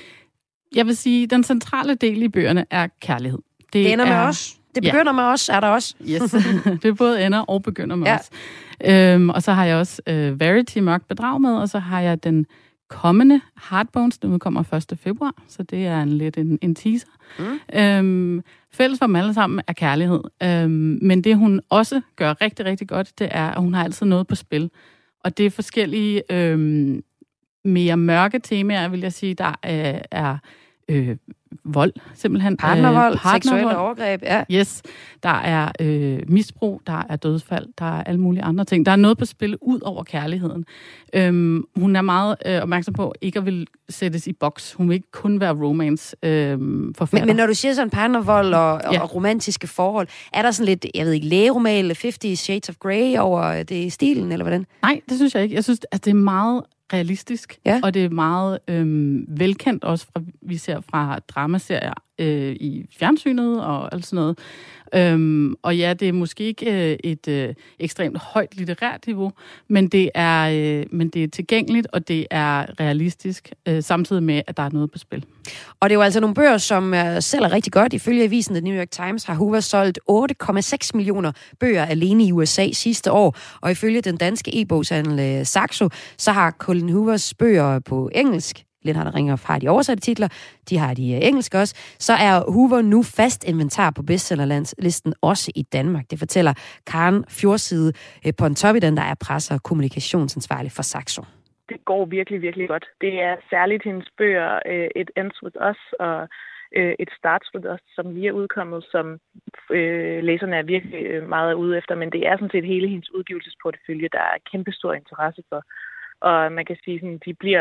Jeg vil sige, at den centrale del i bøgerne er kærlighed. Det, det ender er, med os. Det begynder ja. med os, er der også. Yes, det både ender og begynder med ja. os. Øhm, og så har jeg også øh, Verity Mørkt Bedrag med, og så har jeg den kommende Heartbones, den udkommer første februar, så det er en lidt en, en teaser. Mm. Øhm, fælles for dem alle sammen er kærlighed. Øhm, men det, hun også gør rigtig, rigtig godt, det er, at hun har altid noget på spil. Og det er forskellige øhm, mere mørke temaer, vil jeg sige, der er, er øh, vold, simpelthen. Partnervold, øh, partnervold, seksuelle overgreb, ja. Yes. Der er øh, misbrug, der er dødsfald, der er alle mulige andre ting. Der er noget på spil ud over kærligheden. Øhm, hun er meget øh, opmærksom på ikke at vil sættes i boks. Hun vil ikke kun være romance-forfatter. Øh, men, men når du siger sådan partnervold og, ja. og romantiske forhold, er der sådan lidt, jeg ved ikke, lægeroman eller Fifty Shades of Grey over det stilen, eller hvordan? Nej, det synes jeg ikke. Jeg synes, at det er meget realistisk, ja. og det er meget øhm, velkendt også, fra, vi ser fra dramaserier øh, i fjernsynet og alt sådan noget. Øhm, og ja, det er måske ikke øh, et øh, ekstremt højt litterært niveau, men det er, øh, men det er tilgængeligt, og det er realistisk, øh, samtidig med, at der er noget på spil. Og det er jo altså nogle bøger, som øh, sælger rigtig godt. Ifølge avisen The New York Times har Hoover solgt otte komma seks millioner bøger alene i U S A sidste år, og ifølge den danske e-bogshandel øh, Saxo, så har Colleen Hoovers bøger på engelsk, Lindhardt og Ringhof har de oversatte titler, de har de engelske også, så er Hoover nu fast inventar på bestsellerlisten også i Danmark. Det fortæller Karen Fjordside Pontoppidan, der er presse- og kommunikationsansvarlig for Saxo. Det går virkelig, virkelig godt. Det er særligt hendes bøger, Et Ends With Us og Et Starts With Us, som vi er udkommet, som øh, læserne er virkelig meget ude efter, men det er sådan set hele hendes udgivelsesportefølje, der er kæmpestor interesse for. Og man kan sige, at de bliver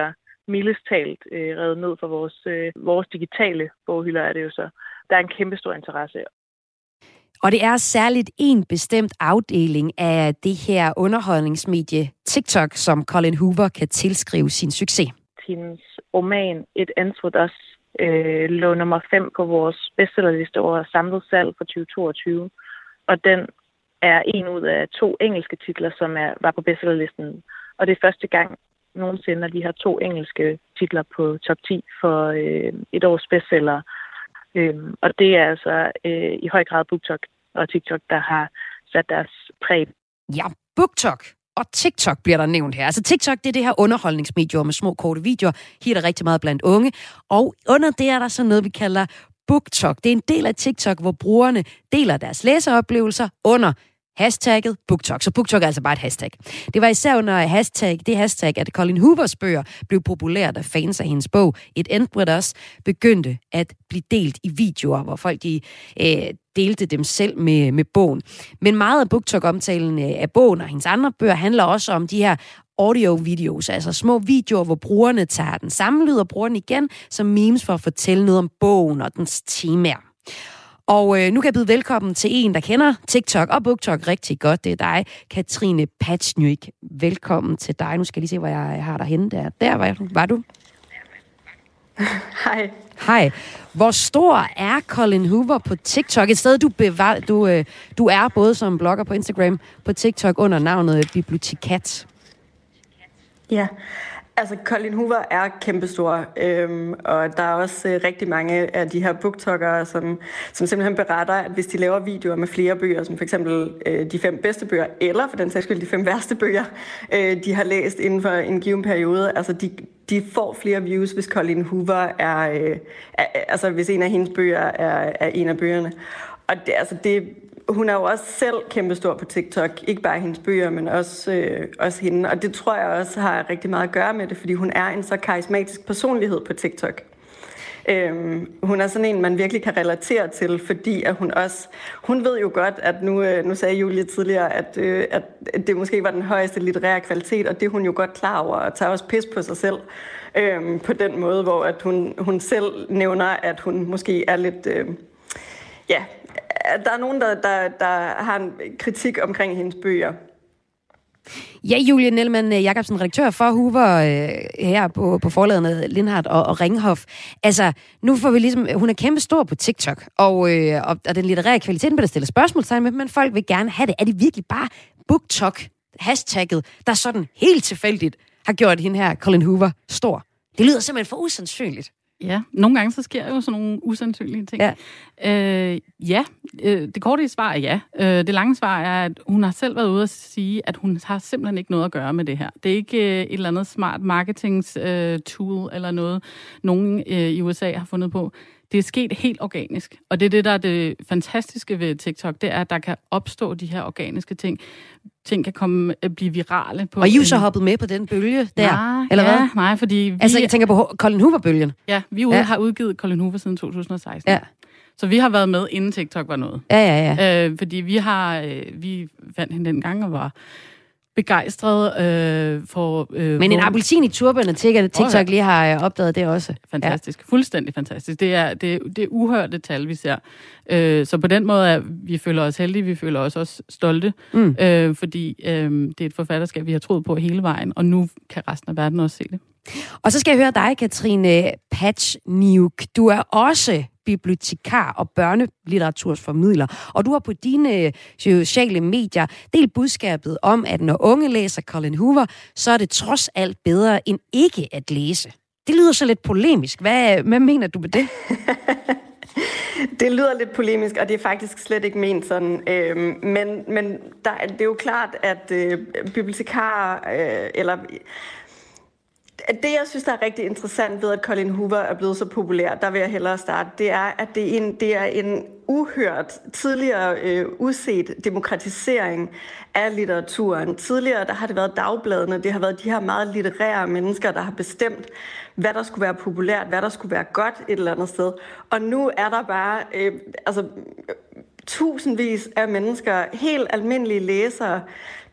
mildest talt øh, revet ned for vores, øh, vores digitale boghylder, er det jo så. Der er en kæmpe stor interesse. Og det er særligt en bestemt afdeling af det her underholdningsmedie TikTok, som Colleen Hoover kan tilskrive sin succes. Hendes roman Et Answer Us øh, lå nummer fem på vores bestsellerliste over samlet salg for tyve toogtyve. Og den er en ud af to engelske titler, som er, var på bestsellerlisten. Og det er første gang nogensinde, at vi har to engelske titler på top ti for øh, et års bestseller. Øhm, og det er altså øh, i høj grad BookTok og TikTok, der har sat deres præg. Ja, BookTok og TikTok bliver der nævnt her. Altså TikTok, det er det her underholdningsmedier med små, korte videoer. Her er der rigtig meget blandt unge. Og under det er der så noget, vi kalder BookTok. Det er en del af TikTok, hvor brugerne deler deres læseoplevelser under hashtagget BookTok. Så BookTok er altså bare et hashtag. Det var især under hashtag, det hashtag, at Colleen Hoovers bøger blev populære, da fans af hendes bog Et End With Us begyndte at blive delt i videoer, hvor folk de, øh, delte dem selv med, med bogen. Men meget af BookTok-omtalen af bogen og hendes andre bøger handler også om de her audio-videos, altså små videoer, hvor brugerne tager den samme lyd og bruger den igen som memes for at fortælle noget om bogen og dens temaer. Og øh, nu kan jeg byde velkommen til en, der kender TikTok og BookTok rigtig godt. Det er dig, Katrine Patchnyk. Velkommen til dig. Nu skal jeg lige se, hvor jeg har dig henne. Der, der var, var du. Hej. Hej. Hvor stor er Colleen Hoover på TikTok? Et sted, du, bevar, du, øh, du er både som blogger på Instagram, på TikTok under navnet Bibliotekat. Ja, altså Colleen Hoover er kæmpestor, øhm, og der er også øh, rigtig mange af de her booktokere, som, som simpelthen beretter, at hvis de laver videoer med flere bøger, som for eksempel øh, de fem bedste bøger, eller for den sags skyld de fem værste bøger, øh, de har læst inden for en given periode, altså de, de får flere views, hvis Colleen Hoover er, øh, er altså hvis en af hendes bøger er, er en af bøgerne. Og det, altså det hun er jo også selv kæmpestor på TikTok. Ikke bare hendes bøger, men også, øh, også hende. Og det tror jeg også har rigtig meget at gøre med det, fordi hun er en så karismatisk personlighed på TikTok. Øhm, hun er sådan en, man virkelig kan relatere til, fordi at hun også... Hun ved jo godt, at nu, øh, nu sagde Julie tidligere, at, øh, at det måske var den højeste litterære kvalitet, og det er hun jo godt klar over, og tager også pis på sig selv. Øhm, på den måde, hvor at hun, hun selv nævner, at hun måske er lidt... Øh, ja... Der er nogen, der, der, der har en kritik omkring hendes bøger. Ja, Julie Nellemann Jacobsen, redaktør for Hoover øh, her på, på forladerne Lindhardt og, og Ringhof. Altså, nu får vi ligesom... Hun er kæmpe stor på TikTok, og, øh, og, og den litterære kvalitet bliver der stillet spørgsmålstegn med, men folk vil gerne have det. Er det virkelig bare BookTok, hashtagget, der sådan helt tilfældigt har gjort hende her, Colleen Hoover, stor? Det lyder simpelthen for usandsynligt. Ja, nogle gange så sker jo sådan nogle usandsynlige ting. Ja, øh, ja øh, det korte svar er ja. Øh, det lange svar er, at hun har selv været ude at sige, at hun har simpelthen ikke noget at gøre med det her. Det er ikke øh, et eller andet smart marketing-tool øh, eller noget, nogen øh, i U S A har fundet på. Det er sket helt organisk. Og det er det, der er det fantastiske ved TikTok, det er, at der kan opstå de her organiske ting. Ting kan komme at blive virale. På og I er så hoppet med på den bølge der, nej, eller ja, hvad? Nej, fordi vi... Altså, jeg tænker på Colleen Hoover-bølgen. Ja, vi ude ja. har udgivet Colleen Hoover siden to tusind og seksten. Ja. Så vi har været med, inden TikTok var noget. Ja, ja, ja. Øh, fordi vi har... Øh, vi fandt hende dengang og var begejstret øh, for... Øh, Men en appelsin i turban, og TikTok oh, ja. lige har opdaget det også. Fantastisk. Ja. Fuldstændig fantastisk. Det er, det, det er uhørte tal, vi ser. Øh, så på den måde er vi føler os heldige, vi føler os også stolte, mm. øh, fordi øh, det er et forfatterskab, vi har troet på hele vejen, og nu kan resten af verden også se det. Og så skal jeg høre dig, Katrine Patchnyk. Du er også bibliotekar og børnelitteratursformidler, og du har på dine sociale medier delt budskabet om, at når unge læser Colleen Hoover, så er det trods alt bedre end ikke at læse. Det lyder så lidt polemisk. Hvad, hvad mener du med det? Det lyder lidt polemisk, og det er faktisk slet ikke ment sådan. Øhm, men men der, det er jo klart, at øh, bibliotekarer, øh, eller... Det, jeg synes, der er rigtig interessant ved, at Colleen Hoover er blevet så populær, der vil jeg hellere starte, det er, at det er en, det er en uhørt, tidligere øh, uset demokratisering af litteraturen. Tidligere, der har det været dagbladene, det har været de her meget litterære mennesker, der har bestemt, hvad der skulle være populært, hvad der skulle være godt et eller andet sted. Og nu er der bare øh, altså, tusindvis af mennesker, helt almindelige læsere,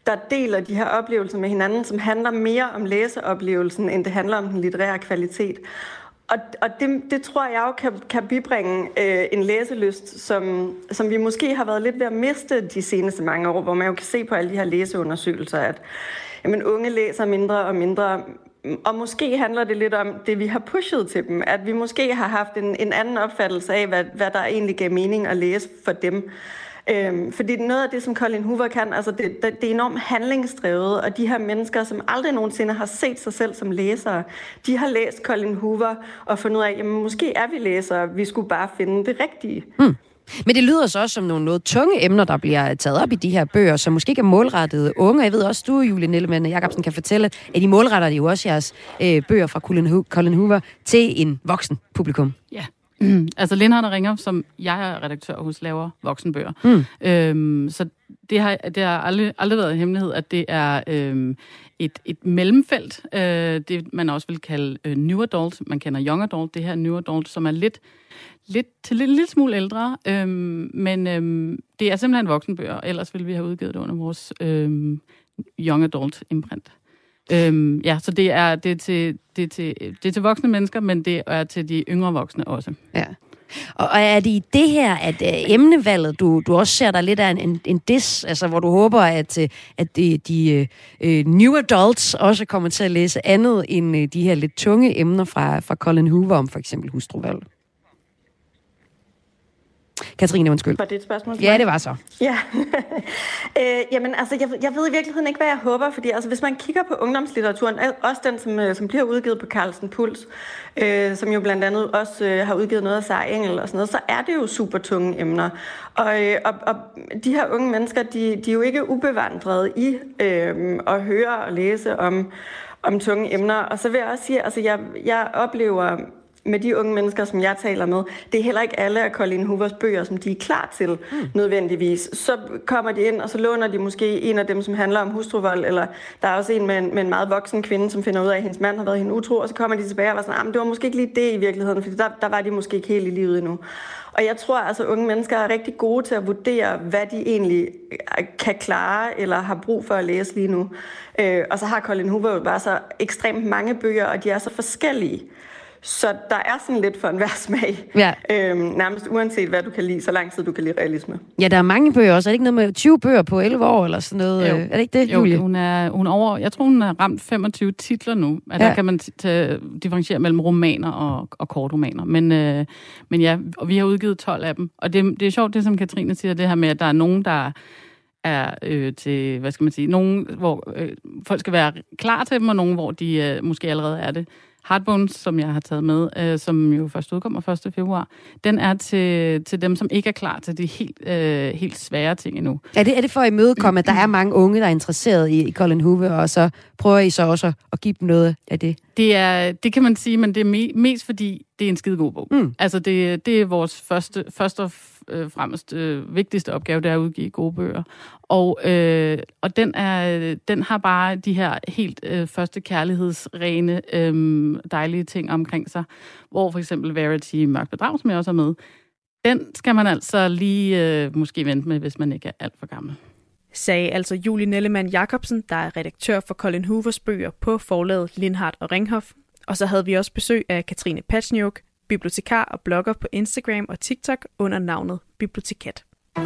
der deler de her oplevelser med hinanden, som handler mere om læseoplevelsen, end det handler om den litterære kvalitet. Og, og det, det tror jeg jo kan, kan bibringe øh, en læselyst, som, som vi måske har været lidt ved at miste de seneste mange år, hvor man jo kan se på alle de her læseundersøgelser, at jamen, unge læser mindre og mindre. Og måske handler det lidt om det, vi har pushet til dem. At vi måske har haft en, en anden opfattelse af, hvad, hvad der egentlig gav mening at læse for dem. Øhm, fordi noget af det, som Colin Hoover kan, altså det, det, det er enormt handlingsdrevet, og de her mennesker, som aldrig nogensinde har set sig selv som læsere, de har læst Colin Hoover og fundet ud af, jamen måske er vi læsere, vi skulle bare finde det rigtige. Mm. Men det lyder så også som nogle noget tunge emner, der bliver taget op i de her bøger, som måske ikke er målrettet unge. Jeg ved også, du, Julie Nellemann Jacobsen, kan fortælle, at I målretter jo også jeres øh, bøger fra Colin Hoover til en voksen publikum. Ja. Mm. Altså Lindhardt og Ringhof, som jeg er redaktør hos, laver voksenbøger. Mm. Øhm, så det har, det har aldrig, aldrig været en hemmelighed, at det er øhm, et, et mellemfelt. Øh, det man også vil kalde øh, New Adult. Man kender Young Adult. Det her New Adult, som er lidt, lidt til lidt, lidt smule ældre. Øhm, men øhm, det er simpelthen voksenbøger. Ellers ville vi have udgivet det under vores øhm, Young Adult imprint. Øhm, ja, så det er, det, er til, det, er til, det er til voksne mennesker, men det er til de yngre voksne også. Ja. Og er det i det her, at øh, emnevalget, du, du også ser der lidt af en, en diss, altså hvor du håber, at, at de, de øh, new adults også kommer til at læse andet end øh, de her lidt tunge emner fra, fra Colin Hoover om for eksempel hustruvalg? Katrine, undskyld. Var det et spørgsmål? Ja, det var så. Ja. øh, jamen, altså, jeg, jeg ved i virkeligheden ikke, hvad jeg håber, fordi altså, hvis man kigger på ungdomslitteraturen, også den, som, som bliver udgivet på Carlsen Puls, øh, som jo blandt andet også øh, har udgivet noget af Sara Engel og sådan noget, så er det jo super tunge emner. Og, øh, og, og de her unge mennesker, de, de er jo ikke ubevandrede i øh, at høre og læse om, om tunge emner. Og så vil jeg også sige, altså, jeg, jeg oplever med de unge mennesker, som jeg taler med, det er heller ikke alle af Colin Hoovers bøger, som de er klar til, mm. nødvendigvis. Så kommer de ind, og så låner de måske en af dem, som handler om hustruvold, eller der er også en med en, med en meget voksen kvinde, som finder ud af, at hendes mand har været hende utro, og så kommer de tilbage og var sådan, ah, men det var måske ikke lige det i virkeligheden, for der, der var de måske ikke helt i livet endnu. Og jeg tror altså, at unge mennesker er rigtig gode til at vurdere, hvad de egentlig kan klare, eller har brug for at læse lige nu. Øh, og så har Colin Hoover jo bare så ekstremt mange bøger, og de er så forskellige. Så der er sådan lidt for enhver smag. Ja. Øhm, nærmest uanset hvad du kan lide, så lang tid du kan lide realisme. Ja, der er mange bøger også. Er det ikke noget med tyve bøger på elleve år eller sådan noget? Jo. Er det ikke det, Julie? Jo, hun er, hun er over, jeg tror, hun har ramt femogtyve titler nu. At ja. Der kan man t- differentiere mellem romaner og, og kortromaner. Men, øh, men ja, og vi har udgivet tolv af dem. Og det, det er sjovt, det som Katrine siger, det her med, at der er nogen, der er øh, til, hvad skal man sige, nogen, hvor øh, folk skal være klar til dem, og nogen, hvor de øh, måske allerede er det. Hardbones, som jeg har taget med, øh, som jo først udkommer første februar, den er til, til dem, som ikke er klar til de helt, øh, helt svære ting endnu. Er det, er det for at imødekomme, at der er mange unge, der er interesseret i, i Colin Hoover, og så prøver I så også at give dem noget af det? Det, er, det kan man sige, men det er me, mest fordi, det er en skide god bog. Mm. Altså, det, det er vores første, første og fremmest øh, vigtigste opgave, det er at udgive gode bøger. Og, øh, og den, er, den har bare de her helt øh, første kærlighedsrene, øh, dejlige ting omkring sig. Hvor for eksempel Verity Mørk Bedrag, som jeg også er med, den skal man altså lige øh, måske vente med, hvis man ikke er alt for gammel. Sagde altså Julie Nellemann Jacobsen, der er redaktør for Colin Hoovers bøger på forlaget Lindhardt og Ringhof. Og så havde vi også besøg af Katrine Patchniuk, bibliotekar og blogger på Instagram og TikTok under navnet Bibliotekat.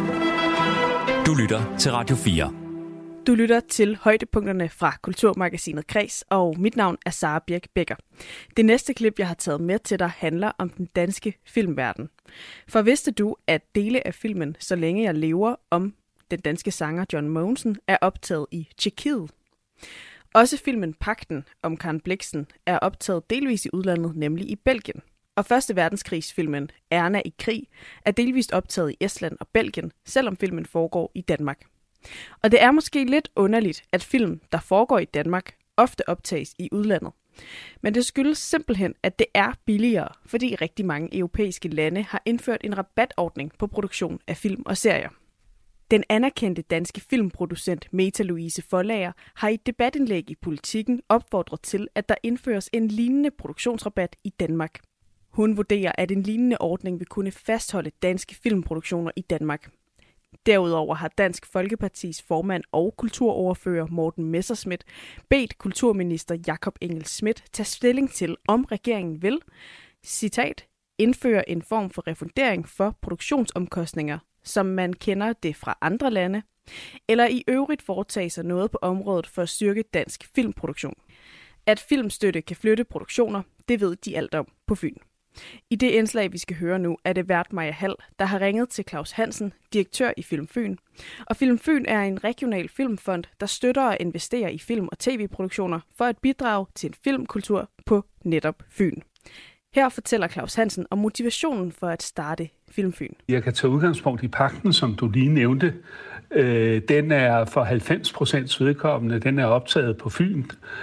Du lytter til Radio fire. Du lytter til højdepunkterne fra Kulturmagasinet Kreds, og mit navn er Sara Birk Becker. Det næste klip, jeg har taget med til dig, handler om den danske filmverden. For vidste du, at dele af filmen Så længe jeg lever om den danske sanger John Mogensen er optaget i Tjekkiet? Også filmen Pagten om Karen Blixen er optaget delvis i udlandet, nemlig i Belgien. Og Første Verdenskrigsfilmen Erna i krig er delvist optaget i Estland og Belgien, selvom filmen foregår i Danmark. Og det er måske lidt underligt, at film, der foregår i Danmark, ofte optages i udlandet. Men det skyldes simpelthen, at det er billigere, fordi rigtig mange europæiske lande har indført en rabatordning på produktion af film og serier. Den anerkendte danske filmproducent Meta Louise Forlager har i et debatindlæg i Politiken opfordret til, at der indføres en lignende produktionsrabat i Danmark. Hun vurderer, at en lignende ordning vil kunne fastholde danske filmproduktioner i Danmark. Derudover har Dansk Folkepartis formand og kulturoverfører Morten Messerschmidt bedt kulturminister Jakob Engel-Schmidt tage stilling til, om regeringen vil, citat, indføre en form for refundering for produktionsomkostninger, som man kender det fra andre lande, eller i øvrigt foretage sig noget på området for at styrke dansk filmproduktion. At filmstøtte kan flytte produktioner, det ved de alt om på Fyn. I det indslag, vi skal høre nu, er det vært Maja Hall, der har ringet til Claus Hansen, direktør i Film Fyn. Og Film Fyn er en regional filmfond, der støtter og investerer i film- og tv-produktioner for at bidrage til en filmkultur på netop Fyn. Her fortæller Claus Hansen om motivationen for at starte Film Fyn. Jeg kan tage udgangspunkt i pagten, som du lige nævnte. Øh, den er for halvfems procent vedkommende, den er optaget på Fyn.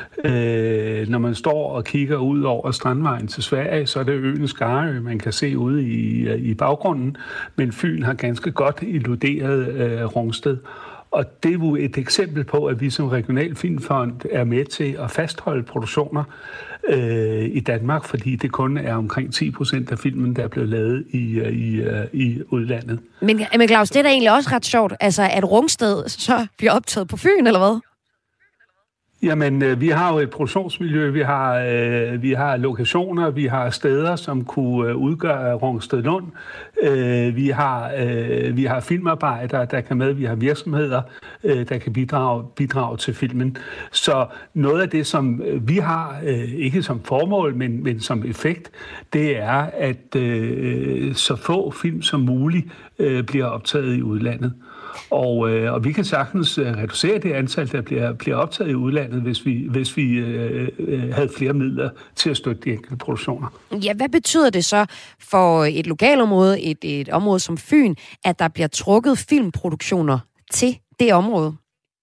Øh, når man står og kigger ud over Strandvejen til Sverige, så er det øen Skarø, man kan se ude i, i baggrunden. Men Fyn har ganske godt illuderet øh, Rungsted. Og det er jo et eksempel på, at vi som regional filmfond er med til at fastholde produktioner øh, i Danmark, fordi det kun er omkring ti procent af filmen, der er blevet lavet i, i, i udlandet. Men, men Claus, det er da egentlig også ret sjovt, altså at Rungsted så bliver optaget på Fyn, eller hvad? Jamen, øh, vi har jo et produktionsmiljø, vi har, øh, vi har lokationer, vi har steder, som kunne øh, udgøre Rungsted Lund. Øh, vi, har, øh, vi har filmarbejdere, der kan med, vi har virksomheder, øh, der kan bidrage, bidrage til filmen. Så noget af det, som vi har, øh, ikke som formål, men, men som effekt, det er, at øh, så få film som muligt øh, bliver optaget i udlandet. Og, øh, og vi kan sagtens øh, reducere det antal, der bliver, bliver optaget i udlandet, hvis vi, hvis vi øh, øh, havde flere midler til at støtte de enkelte produktioner. Ja, hvad betyder det så for et lokalområde, et, et område som Fyn, at der bliver trukket filmproduktioner til det område?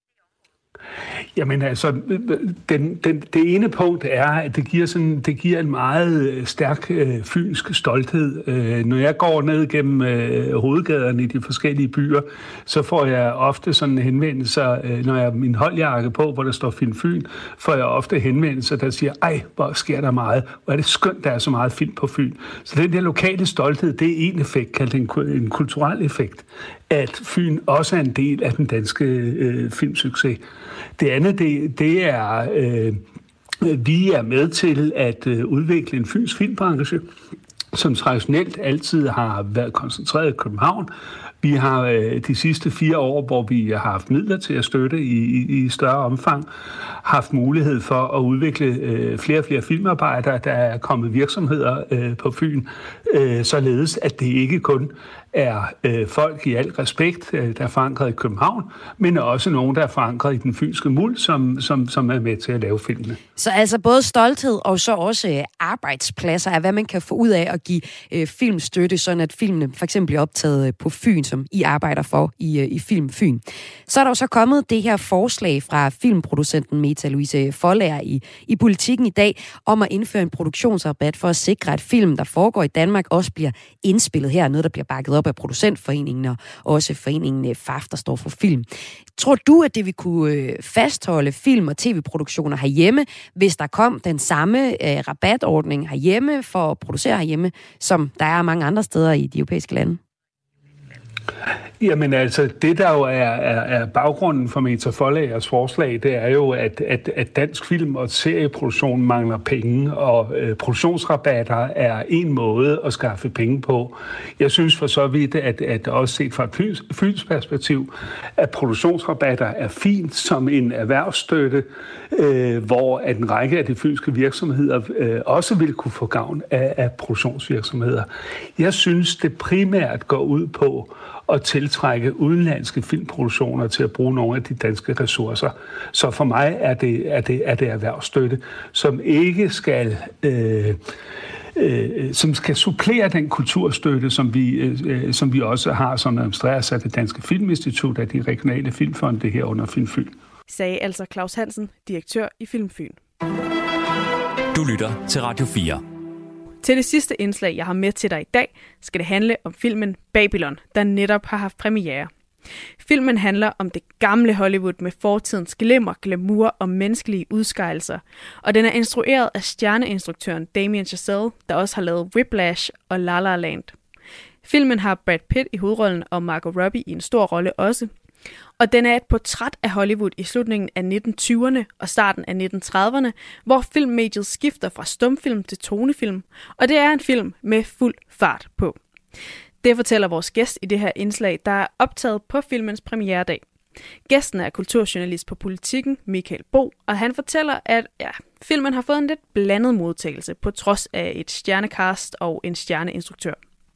Jamen altså, den, den, det ene punkt er, at det giver, sådan, det giver en meget stærk øh, fynsk stolthed. Øh, når jeg går ned gennem øh, hovedgaderne i de forskellige byer, så får jeg ofte sådan henvendelser, øh, når jeg har min holdjakke på, hvor der står Film Fyn, får jeg ofte henvendelser, der siger, ej, hvor sker der meget, hvor er det skønt, der er så meget film på Fyn. Så den der lokale stolthed, det er en effekt, kaldt en, en kulturel effekt, at Fyn også er en del af den danske øh, filmsucces. Det andet, det, det er, øh, vi er med til at øh, udvikle en fyns filmbranche, som traditionelt altid har været koncentreret i København. Vi har øh, de sidste fire år, hvor vi har haft midler til at støtte i, i, i større omfang, haft mulighed for at udvikle øh, flere og flere filmarbejdere, der er kommet virksomheder øh, på Fyn, øh, således at det ikke kun er øh, folk i al respekt, øh, der er forankret i København, men også nogen, der er forankret i den fynske muld, som, som, som er med til at lave filmene. Så altså både stolthed og så også øh, arbejdspladser er, hvad man kan få ud af at give øh, filmstøtte, sådan at filmene for eksempel bliver optaget øh, på Fyn, som I arbejder for i, øh, i Film Fyn. Så er der jo så kommet det her forslag fra filmproducenten Meta Louise Foldager i, i Politikken i dag, om at indføre en produktionsrabat for at sikre, at film, der foregår i Danmark, også bliver indspillet her, noget der bliver bakket op af producentforeningen og også foreningen F A F, der står for film. Tror du, at det vil kunne fastholde film- og tv-produktioner herhjemme, hvis der kom den samme øh, rabatordning herhjemme for at producere herhjemme, som der er mange andre steder i de europæiske lande? Jamen altså, det der jo er, er, er baggrunden for Meta Foldagers forslag, det er jo, at, at, at dansk film- og serieproduktion mangler penge, og øh, produktionsrabatter er en måde at skaffe penge på. Jeg synes for så vidt, at, at også set fra et fyns, fyns perspektiv, at produktionsrabatter er fint som en erhvervsstøtte, øh, hvor at en række af de fynske virksomheder øh, også vil kunne få gavn af, af produktionsvirksomheder. Jeg synes, det primært går ud på at tiltrække udenlandske filmproduktioner til at bruge nogle af de danske ressourcer. Så for mig er det, er det, er det erhvervsstøtte, som ikke skal, øh, øh, som skal supplere den kulturstøtte, som vi, øh, som vi også har, som administreres af det Danske Filminstitut af de regionale filmfonde her under Film Fyn. Sagde altså Claus Hansen, direktør i Film Fyn. Du lytter til Radio fire. Til det sidste indslag, jeg har med til dig i dag, skal det handle om filmen Babylon, der netop har haft premiere. Filmen handler om det gamle Hollywood med fortidens glimmer, glamour og menneskelige udskejelser, og den er instrueret af stjerneinstruktøren Damien Chazelle, der også har lavet Whiplash og La La Land. Filmen har Brad Pitt i hovedrollen og Margot Robbie i en stor rolle også. Og den er et portræt af Hollywood i slutningen af nitten tyverne og starten af nitten trediverne, hvor filmmediet skifter fra stumfilm til tonefilm, og det er en film med fuld fart på. Det fortæller vores gæst i det her indslag, der er optaget på filmens premieredag. Gæsten er kulturjournalist på Politikken, Michael Bo, og han fortæller, at ja, filmen har fået en lidt blandet modtagelse på trods af et stjernecast og en stjerneinstruktør.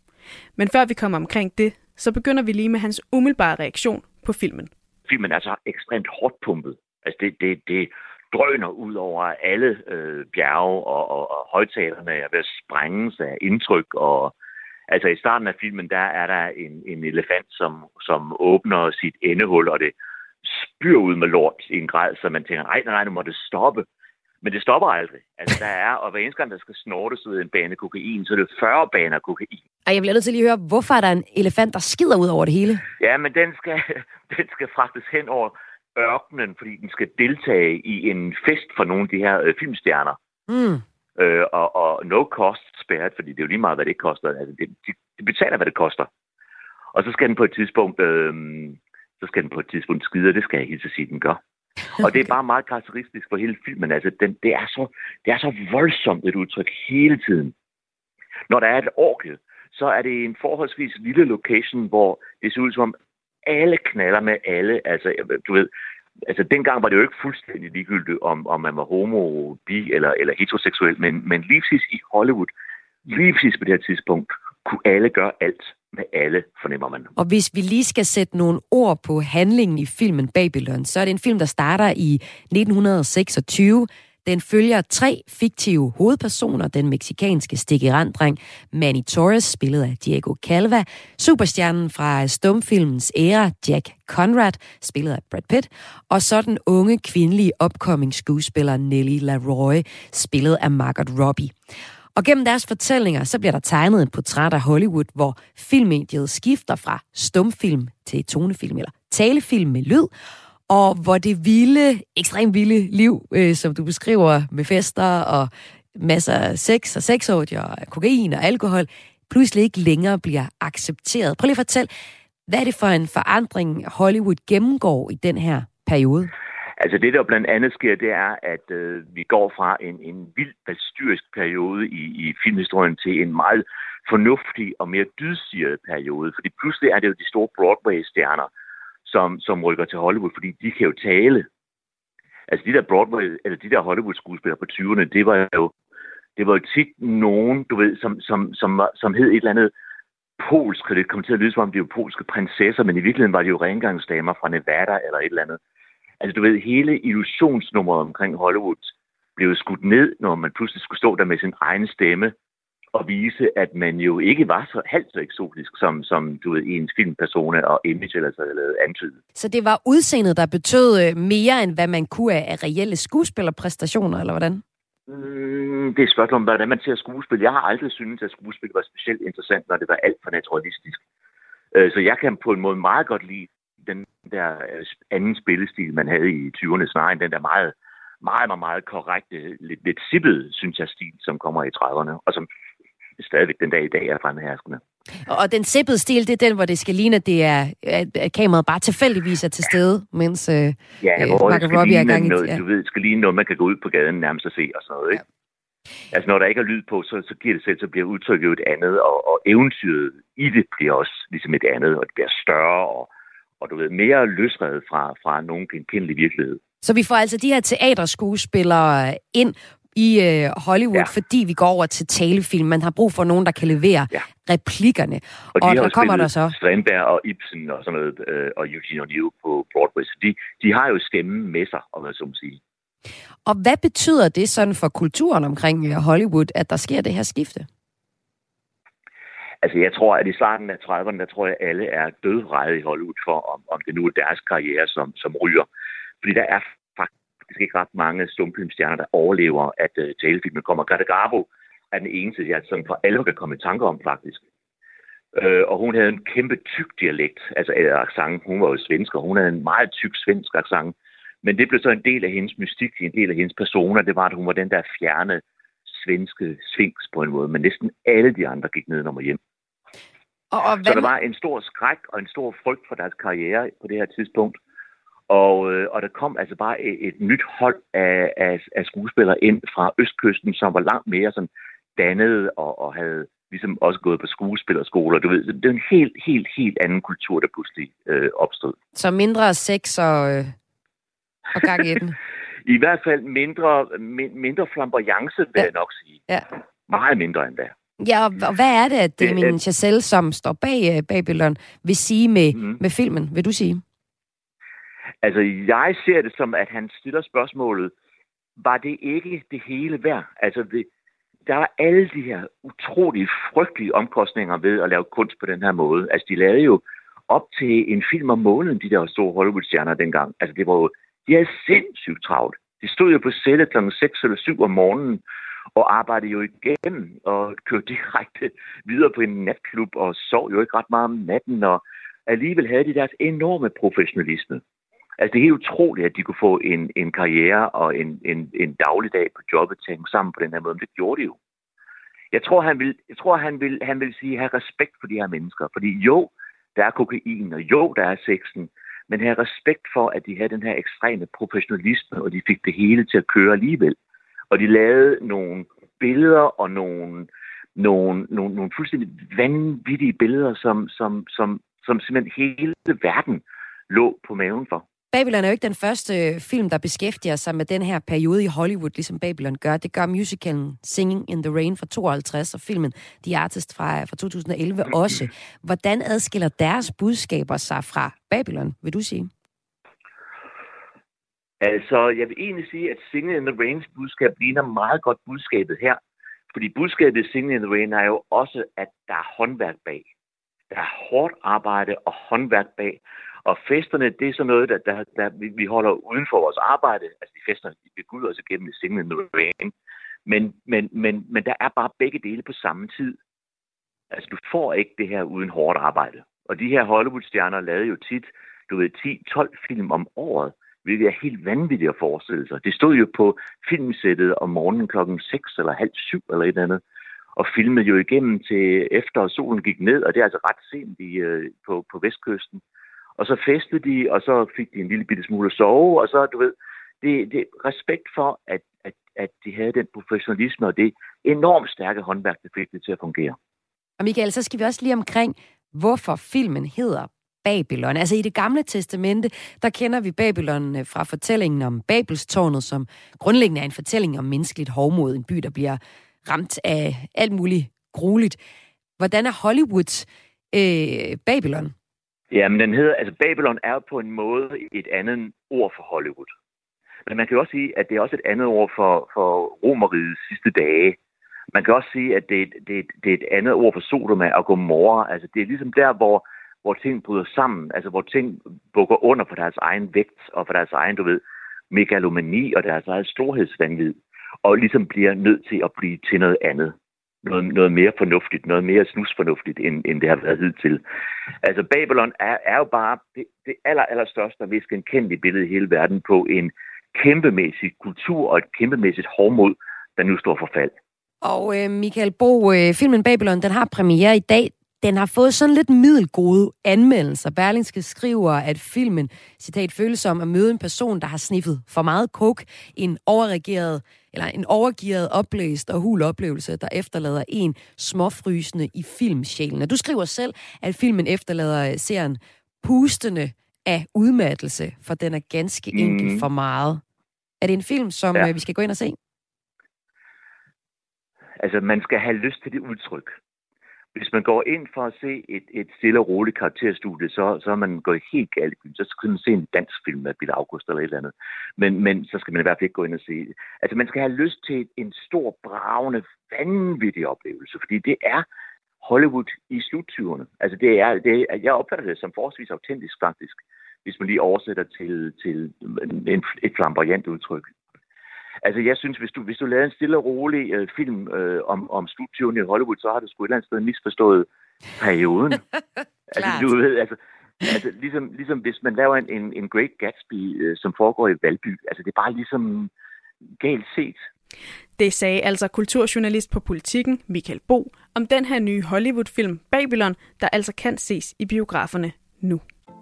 Men før vi kommer omkring det, så begynder vi lige med hans umiddelbare reaktion på filmen. Filmen er så ekstremt hårdt pumpet. Altså det, det, det drøner ud over alle øh, bjerge, og, og, og højtalerne er ved at sprænges af indtryk. Og, altså i starten af filmen, der er der en, en elefant, som, som åbner sit endehul, og det spyr ud med lort i en grad, så man tænker, nej, nej, nu må det stoppe. Men det stopper aldrig. Altså der er, og hver eneste gang, der skal snortes ud en bane kokain, så er det fyrre baner kokain. Og jeg bliver nødt til lige at høre, hvorfor er der en elefant, der skider ud over det hele? Ja, men den skal, den skal fragtes hen over ørkenen, fordi den skal deltage i en fest for nogle af de her øh, filmstjerner. Mm. Øh, og, og no cost spared, fordi det er jo lige meget, hvad det koster. Altså, det, de, de betaler, hvad det koster. Og så skal den på et tidspunkt, øh, så skal den på et tidspunkt skide, og det skal jeg helt sige, den gør. Og det er bare meget karakteristisk for hele filmen. Altså, den, det, er så, det er så voldsomt et udtryk hele tiden. Når der er et orgie, så er det en forholdsvis lille location, hvor det ser ud som alle knaller med alle. Altså, du ved, altså dengang var det jo ikke fuldstændig ligegyldigt, om, om man var homo, bi eller, eller heteroseksuel, men, men lige præcis i Hollywood, lige præcis på det her tidspunkt, kunne alle gøre alt med alle, fornemmer man. Og hvis vi lige skal sætte nogle ord på handlingen i filmen Babylon, så er det en film, der starter i nitten seksogtyve. Den følger tre fiktive hovedpersoner. Den meksikanske stikiranddreng Manny Torres, spillet af Diego Calva. Superstjernen fra stumfilmens æra, Jack Conrad, spillet af Brad Pitt. Og så den unge, kvindelige upcoming skuespiller Nellie LaRoy, spillet af Margot Robbie. Og gennem deres fortællinger, så bliver der tegnet et portræt af Hollywood, hvor filmmediet skifter fra stumfilm til tonefilm eller talefilm med lyd, og hvor det vilde, ekstremt vilde liv, øh, som du beskriver med fester og masser af sex og sexorgier og kokain og alkohol, pludselig ikke længere bliver accepteret. Prøv lige at fortælle, hvad er det for en forandring, Hollywood gennemgår i den her periode? Altså det, der blandt andet sker, det er, at øh, vi går fra en, en vild valstyrisk periode i, i filmhistorien til en meget fornuftig og mere dydsiret periode. Fordi pludselig er det jo de store Broadway-stjerner, som, som rykker til Hollywood, fordi de kan jo tale. Altså de der Broadway, eller de der Hollywood-skuespillere på tyverne, det var jo, det var jo tit nogen, du ved, som, som, som, som hed et eller andet polsk, og det kom til at lyde som om de var polske prinsesser, men i virkeligheden var de jo rengøringsdamer fra Nevada eller et eller andet. Altså du ved, hele illusionsnummeret omkring Hollywood blev skudt ned, når man pludselig skulle stå der med sin egen stemme og vise, at man jo ikke var så halvt så eksotisk, som, som du ved, ens filmpersone og image eller så lavet antydet. Så det var udseendet, der betød mere, end hvad man kunne af reelle skuespillerpræstationer, eller hvordan? Mm, det er et spørgsmål om, hvordan man ser skuespil. Jeg har aldrig syntes, at skuespil var specielt interessant, når det var alt for naturalistisk. Så jeg kan på en måde meget godt lide den der anden spillestil, man havde i tyverne, snarere end den der meget, meget, meget, meget korrekte, lidt, lidt sippede, synes jeg, stil, som kommer i trediverne, og som stadigvæk den dag i dag er fremherskende. Og den sippede stil, det er den, hvor det skal ligne, at det er, at kameraet bare tilfældigvis er til stede, mens øh, ja, øh, Margot Robbie er i gang i... Noget, ja. Du ved, det skal ligne noget, man kan gå ud på gaden nærmest og se og sådan noget, ikke? Ja. Altså, når der ikke er lyd på, så, så giver det selv, så bliver udtrykket jo et andet, og, og eventyret i det bliver også ligesom et andet, og det bliver større, og og du ved, mere løsredet fra, fra nogen genkendelig virkelighed. Så vi får altså de her teaterskuespillere ind i øh, Hollywood, ja. Fordi vi går over til talefilm. Man har brug for nogen, der kan levere ja. replikkerne. Og, og der kommer der så Strindberg og Ibsen og sådan noget, øh, og Eugene O'Neill på Broadway. Så de, de har jo stemmen med sig, om jeg så må sige. Og hvad betyder det sådan for kulturen omkring Hollywood, at der sker det her skifte? Altså, jeg tror, at i starten af trediverne, der tror jeg, at alle er dødræde i Hollywood for, om, om det nu er deres karriere, som, som ryger. Fordi der er faktisk ikke ret mange stumfilmstjerner, der overlever, at uh, talefilmen kommer. Greta Garbo er den eneste, jeg som for alvor kan komme i tanke om, faktisk. Uh, og hun havde en kæmpe tyk dialekt, altså accent. Hun var jo svensk, og hun havde en meget tyk svensk accent. Men det blev så en del af hendes mystik, en del af hendes persona. Det var, at hun var den der fjerne svenske sphinx på en måde. Men næsten alle de andre gik ned og hjem. Og, og så der var en stor skræk og en stor frygt for deres karriere på det her tidspunkt. Og, øh, og der kom altså bare et, et nyt hold af, af, af skuespillere ind fra Østkysten, som var langt mere sådan dannede og, og havde ligesom også gået på skuespillerskoler. Du ved, det er en helt, helt, helt anden kultur, der pludselig øh, opstod. Så mindre sex og, øh, og gang i den? I hvert fald mindre, min, mindre flamboyance, vil ja. jeg nok sige. Ja. Meget mindre end det. Ja, og hvad er det, at det, min Chazelle, som står bag uh, Babylon, vil sige med, mm. med filmen, vil du sige? Altså, jeg ser det som, at han stiller spørgsmålet, var det ikke det hele værd? Altså, det, der var alle de her utrolige, frygtelige omkostninger ved at lave kunst på den her måde. Altså, de lavede jo op til en film om måneden, de der store Hollywood-stjerner dengang. Altså, det var jo, de havde sindssygt travlt. De stod jo på sættet klokken seks eller syv om morgenen, og arbejdede jo igennem og kørte direkte videre på en natklub og sov jo ikke ret meget om natten, og alligevel havde de deres enorme professionalisme. Altså det er helt utroligt, at de kunne få en, en karriere og en, en, en dagligdag på jobbet til at hænge sammen på den her måde, men det gjorde de jo. Jeg tror, han vil, jeg tror, han vil, han vil sige, have respekt for de her mennesker, fordi jo, der er kokain, og jo, der er sexen, men have respekt for, at de havde den her ekstreme professionalisme, og de fik det hele til at køre alligevel. Og de lavede nogle billeder og nogle, nogle, nogle, nogle fuldstændig vanvittige billeder, som, som, som, som simpelthen hele verden lå på maven for. Babylon er jo ikke den første film, der beskæftiger sig med den her periode i Hollywood, ligesom Babylon gør. Det gør musicalen Singing in the Rain fra tooghalvtreds og filmen The Artist fra, fra to tusind og elleve også. Hvordan adskiller deres budskaber sig fra Babylon, vil du sige? Altså, jeg vil egentlig sige, at Singing in the Rains budskab ligner meget godt budskabet her. Fordi budskabet i Singing in the Rain er jo også, at der er håndværk bag. Der er hårdt arbejde og håndværk bag. Og festerne, det er sådan noget, der, der, der vi holder uden for vores arbejde. Altså, de fester, vi går ud også igennem i Singing in the Rain. Men, men, men, men der er bare begge dele på samme tid. Altså, du får ikke det her uden hårdt arbejde. Og de her Hollywood-stjerner lavede jo tit, du ved, ti tolv film om året, hvilket er helt vanvittigt at forestille sig. Det stod jo på filmsættet om morgenen klokken seks eller halv syv eller et eller andet, og filmede jo igennem til efter solen gik ned, og det er altså ret sent i, øh, på, på vestkysten. Og så festede de, og så fik de en lille bitte smule at sove, og så, du ved, det, det respekt for, at, at, at de havde den professionalisme, og det enormt stærke håndværk, der fik det til at fungere. Og Michael, så skal vi også lige omkring, hvorfor filmen hedder Babylon. Altså i Det Gamle Testamente, der kender vi Babylon fra fortællingen om Babelstårnet, som grundlæggende er en fortælling om menneskeligt hovmod, en by, der bliver ramt af alt muligt grueligt. Hvordan er Hollywood øh, Babylon? Ja, men den hedder, altså Babylon er på en måde et andet ord for Hollywood. Men man kan også sige, at det er også et andet ord for, for Romerrigets sidste dage. Man kan også sige, at det er, det, er, det er et andet ord for Sodoma og Gomorra. Altså det er ligesom der, hvor hvor ting bryder sammen, altså hvor ting bukker under for deres egen vægt, og for deres egen, du ved, megalomani og deres eget storhedsvanvid, og ligesom bliver nødt til at blive til noget andet. Noget, noget mere fornuftigt, noget mere snusfornuftigt, end, end det har været hidtil. Altså Babylon er, er jo bare det, det aller, aller største og mest genkendelige billede i hele verden på en kæmpemæssig kultur og et kæmpemæssigt hovmod, der nu står for fald. Og øh, Michael Bo, øh, filmen Babylon, den har premiere i dag. Den har fået sådan lidt middelgode anmeldelser. Berlingske skriver, at filmen, citat, føles som at møde en person, der har sniffet for meget coke, en overreageret, eller en overgearet, oplæst og hul oplevelse, der efterlader en småfrysende i filmsjælen. Du skriver selv, at filmen efterlader serien pustende af udmattelse, for den er ganske mm. enkelt for meget. Er det en film, som ja. vi skal gå ind og se? Altså, man skal have lyst til det udtryk. Hvis man går ind for at se et, et stille og roligt karakterstudie, så, så er man gået helt galt i byen. Så skal man se en dansk film med Bille August eller et eller andet. Men, men så skal man i hvert fald ikke gå ind og se det. Altså, man skal have lyst til en stor, bravende, vanvittig oplevelse, fordi det er Hollywood i sluttyverne. Altså, det er, det er, jeg opfatter det som forholdsvis autentisk, faktisk, hvis man lige oversætter til, til en, et flamboyant udtryk. Altså, jeg synes, hvis du, hvis du lavede en stille og rolig øh, film øh, om, om sluttyverne i Hollywood, så har du sgu et eller andet sted misforstået perioden. Altså, du ved, altså, altså ligesom, ligesom hvis man laver en, en, en Great Gatsby, øh, som foregår i Valby, altså det er bare ligesom galt set. Det sagde altså kulturjournalist på Politiken, Michael Bo, om den her nye Hollywood-film Babylon, der altså kan ses i biograferne nu.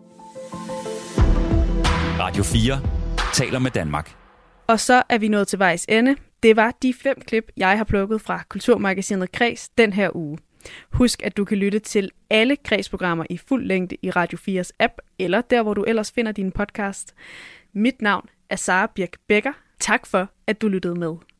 Radio fire taler med Danmark. Og så er vi nået til vejs ende. Det var de fem klip, jeg har plukket fra Kulturmagasinet Kreds den her uge. Husk, at du kan lytte til alle Kreds-programmer i fuld længde i Radio fires app, eller der, hvor du ellers finder din podcast. Mit navn er Sara Birk Becker. Tak for, at du lyttede med.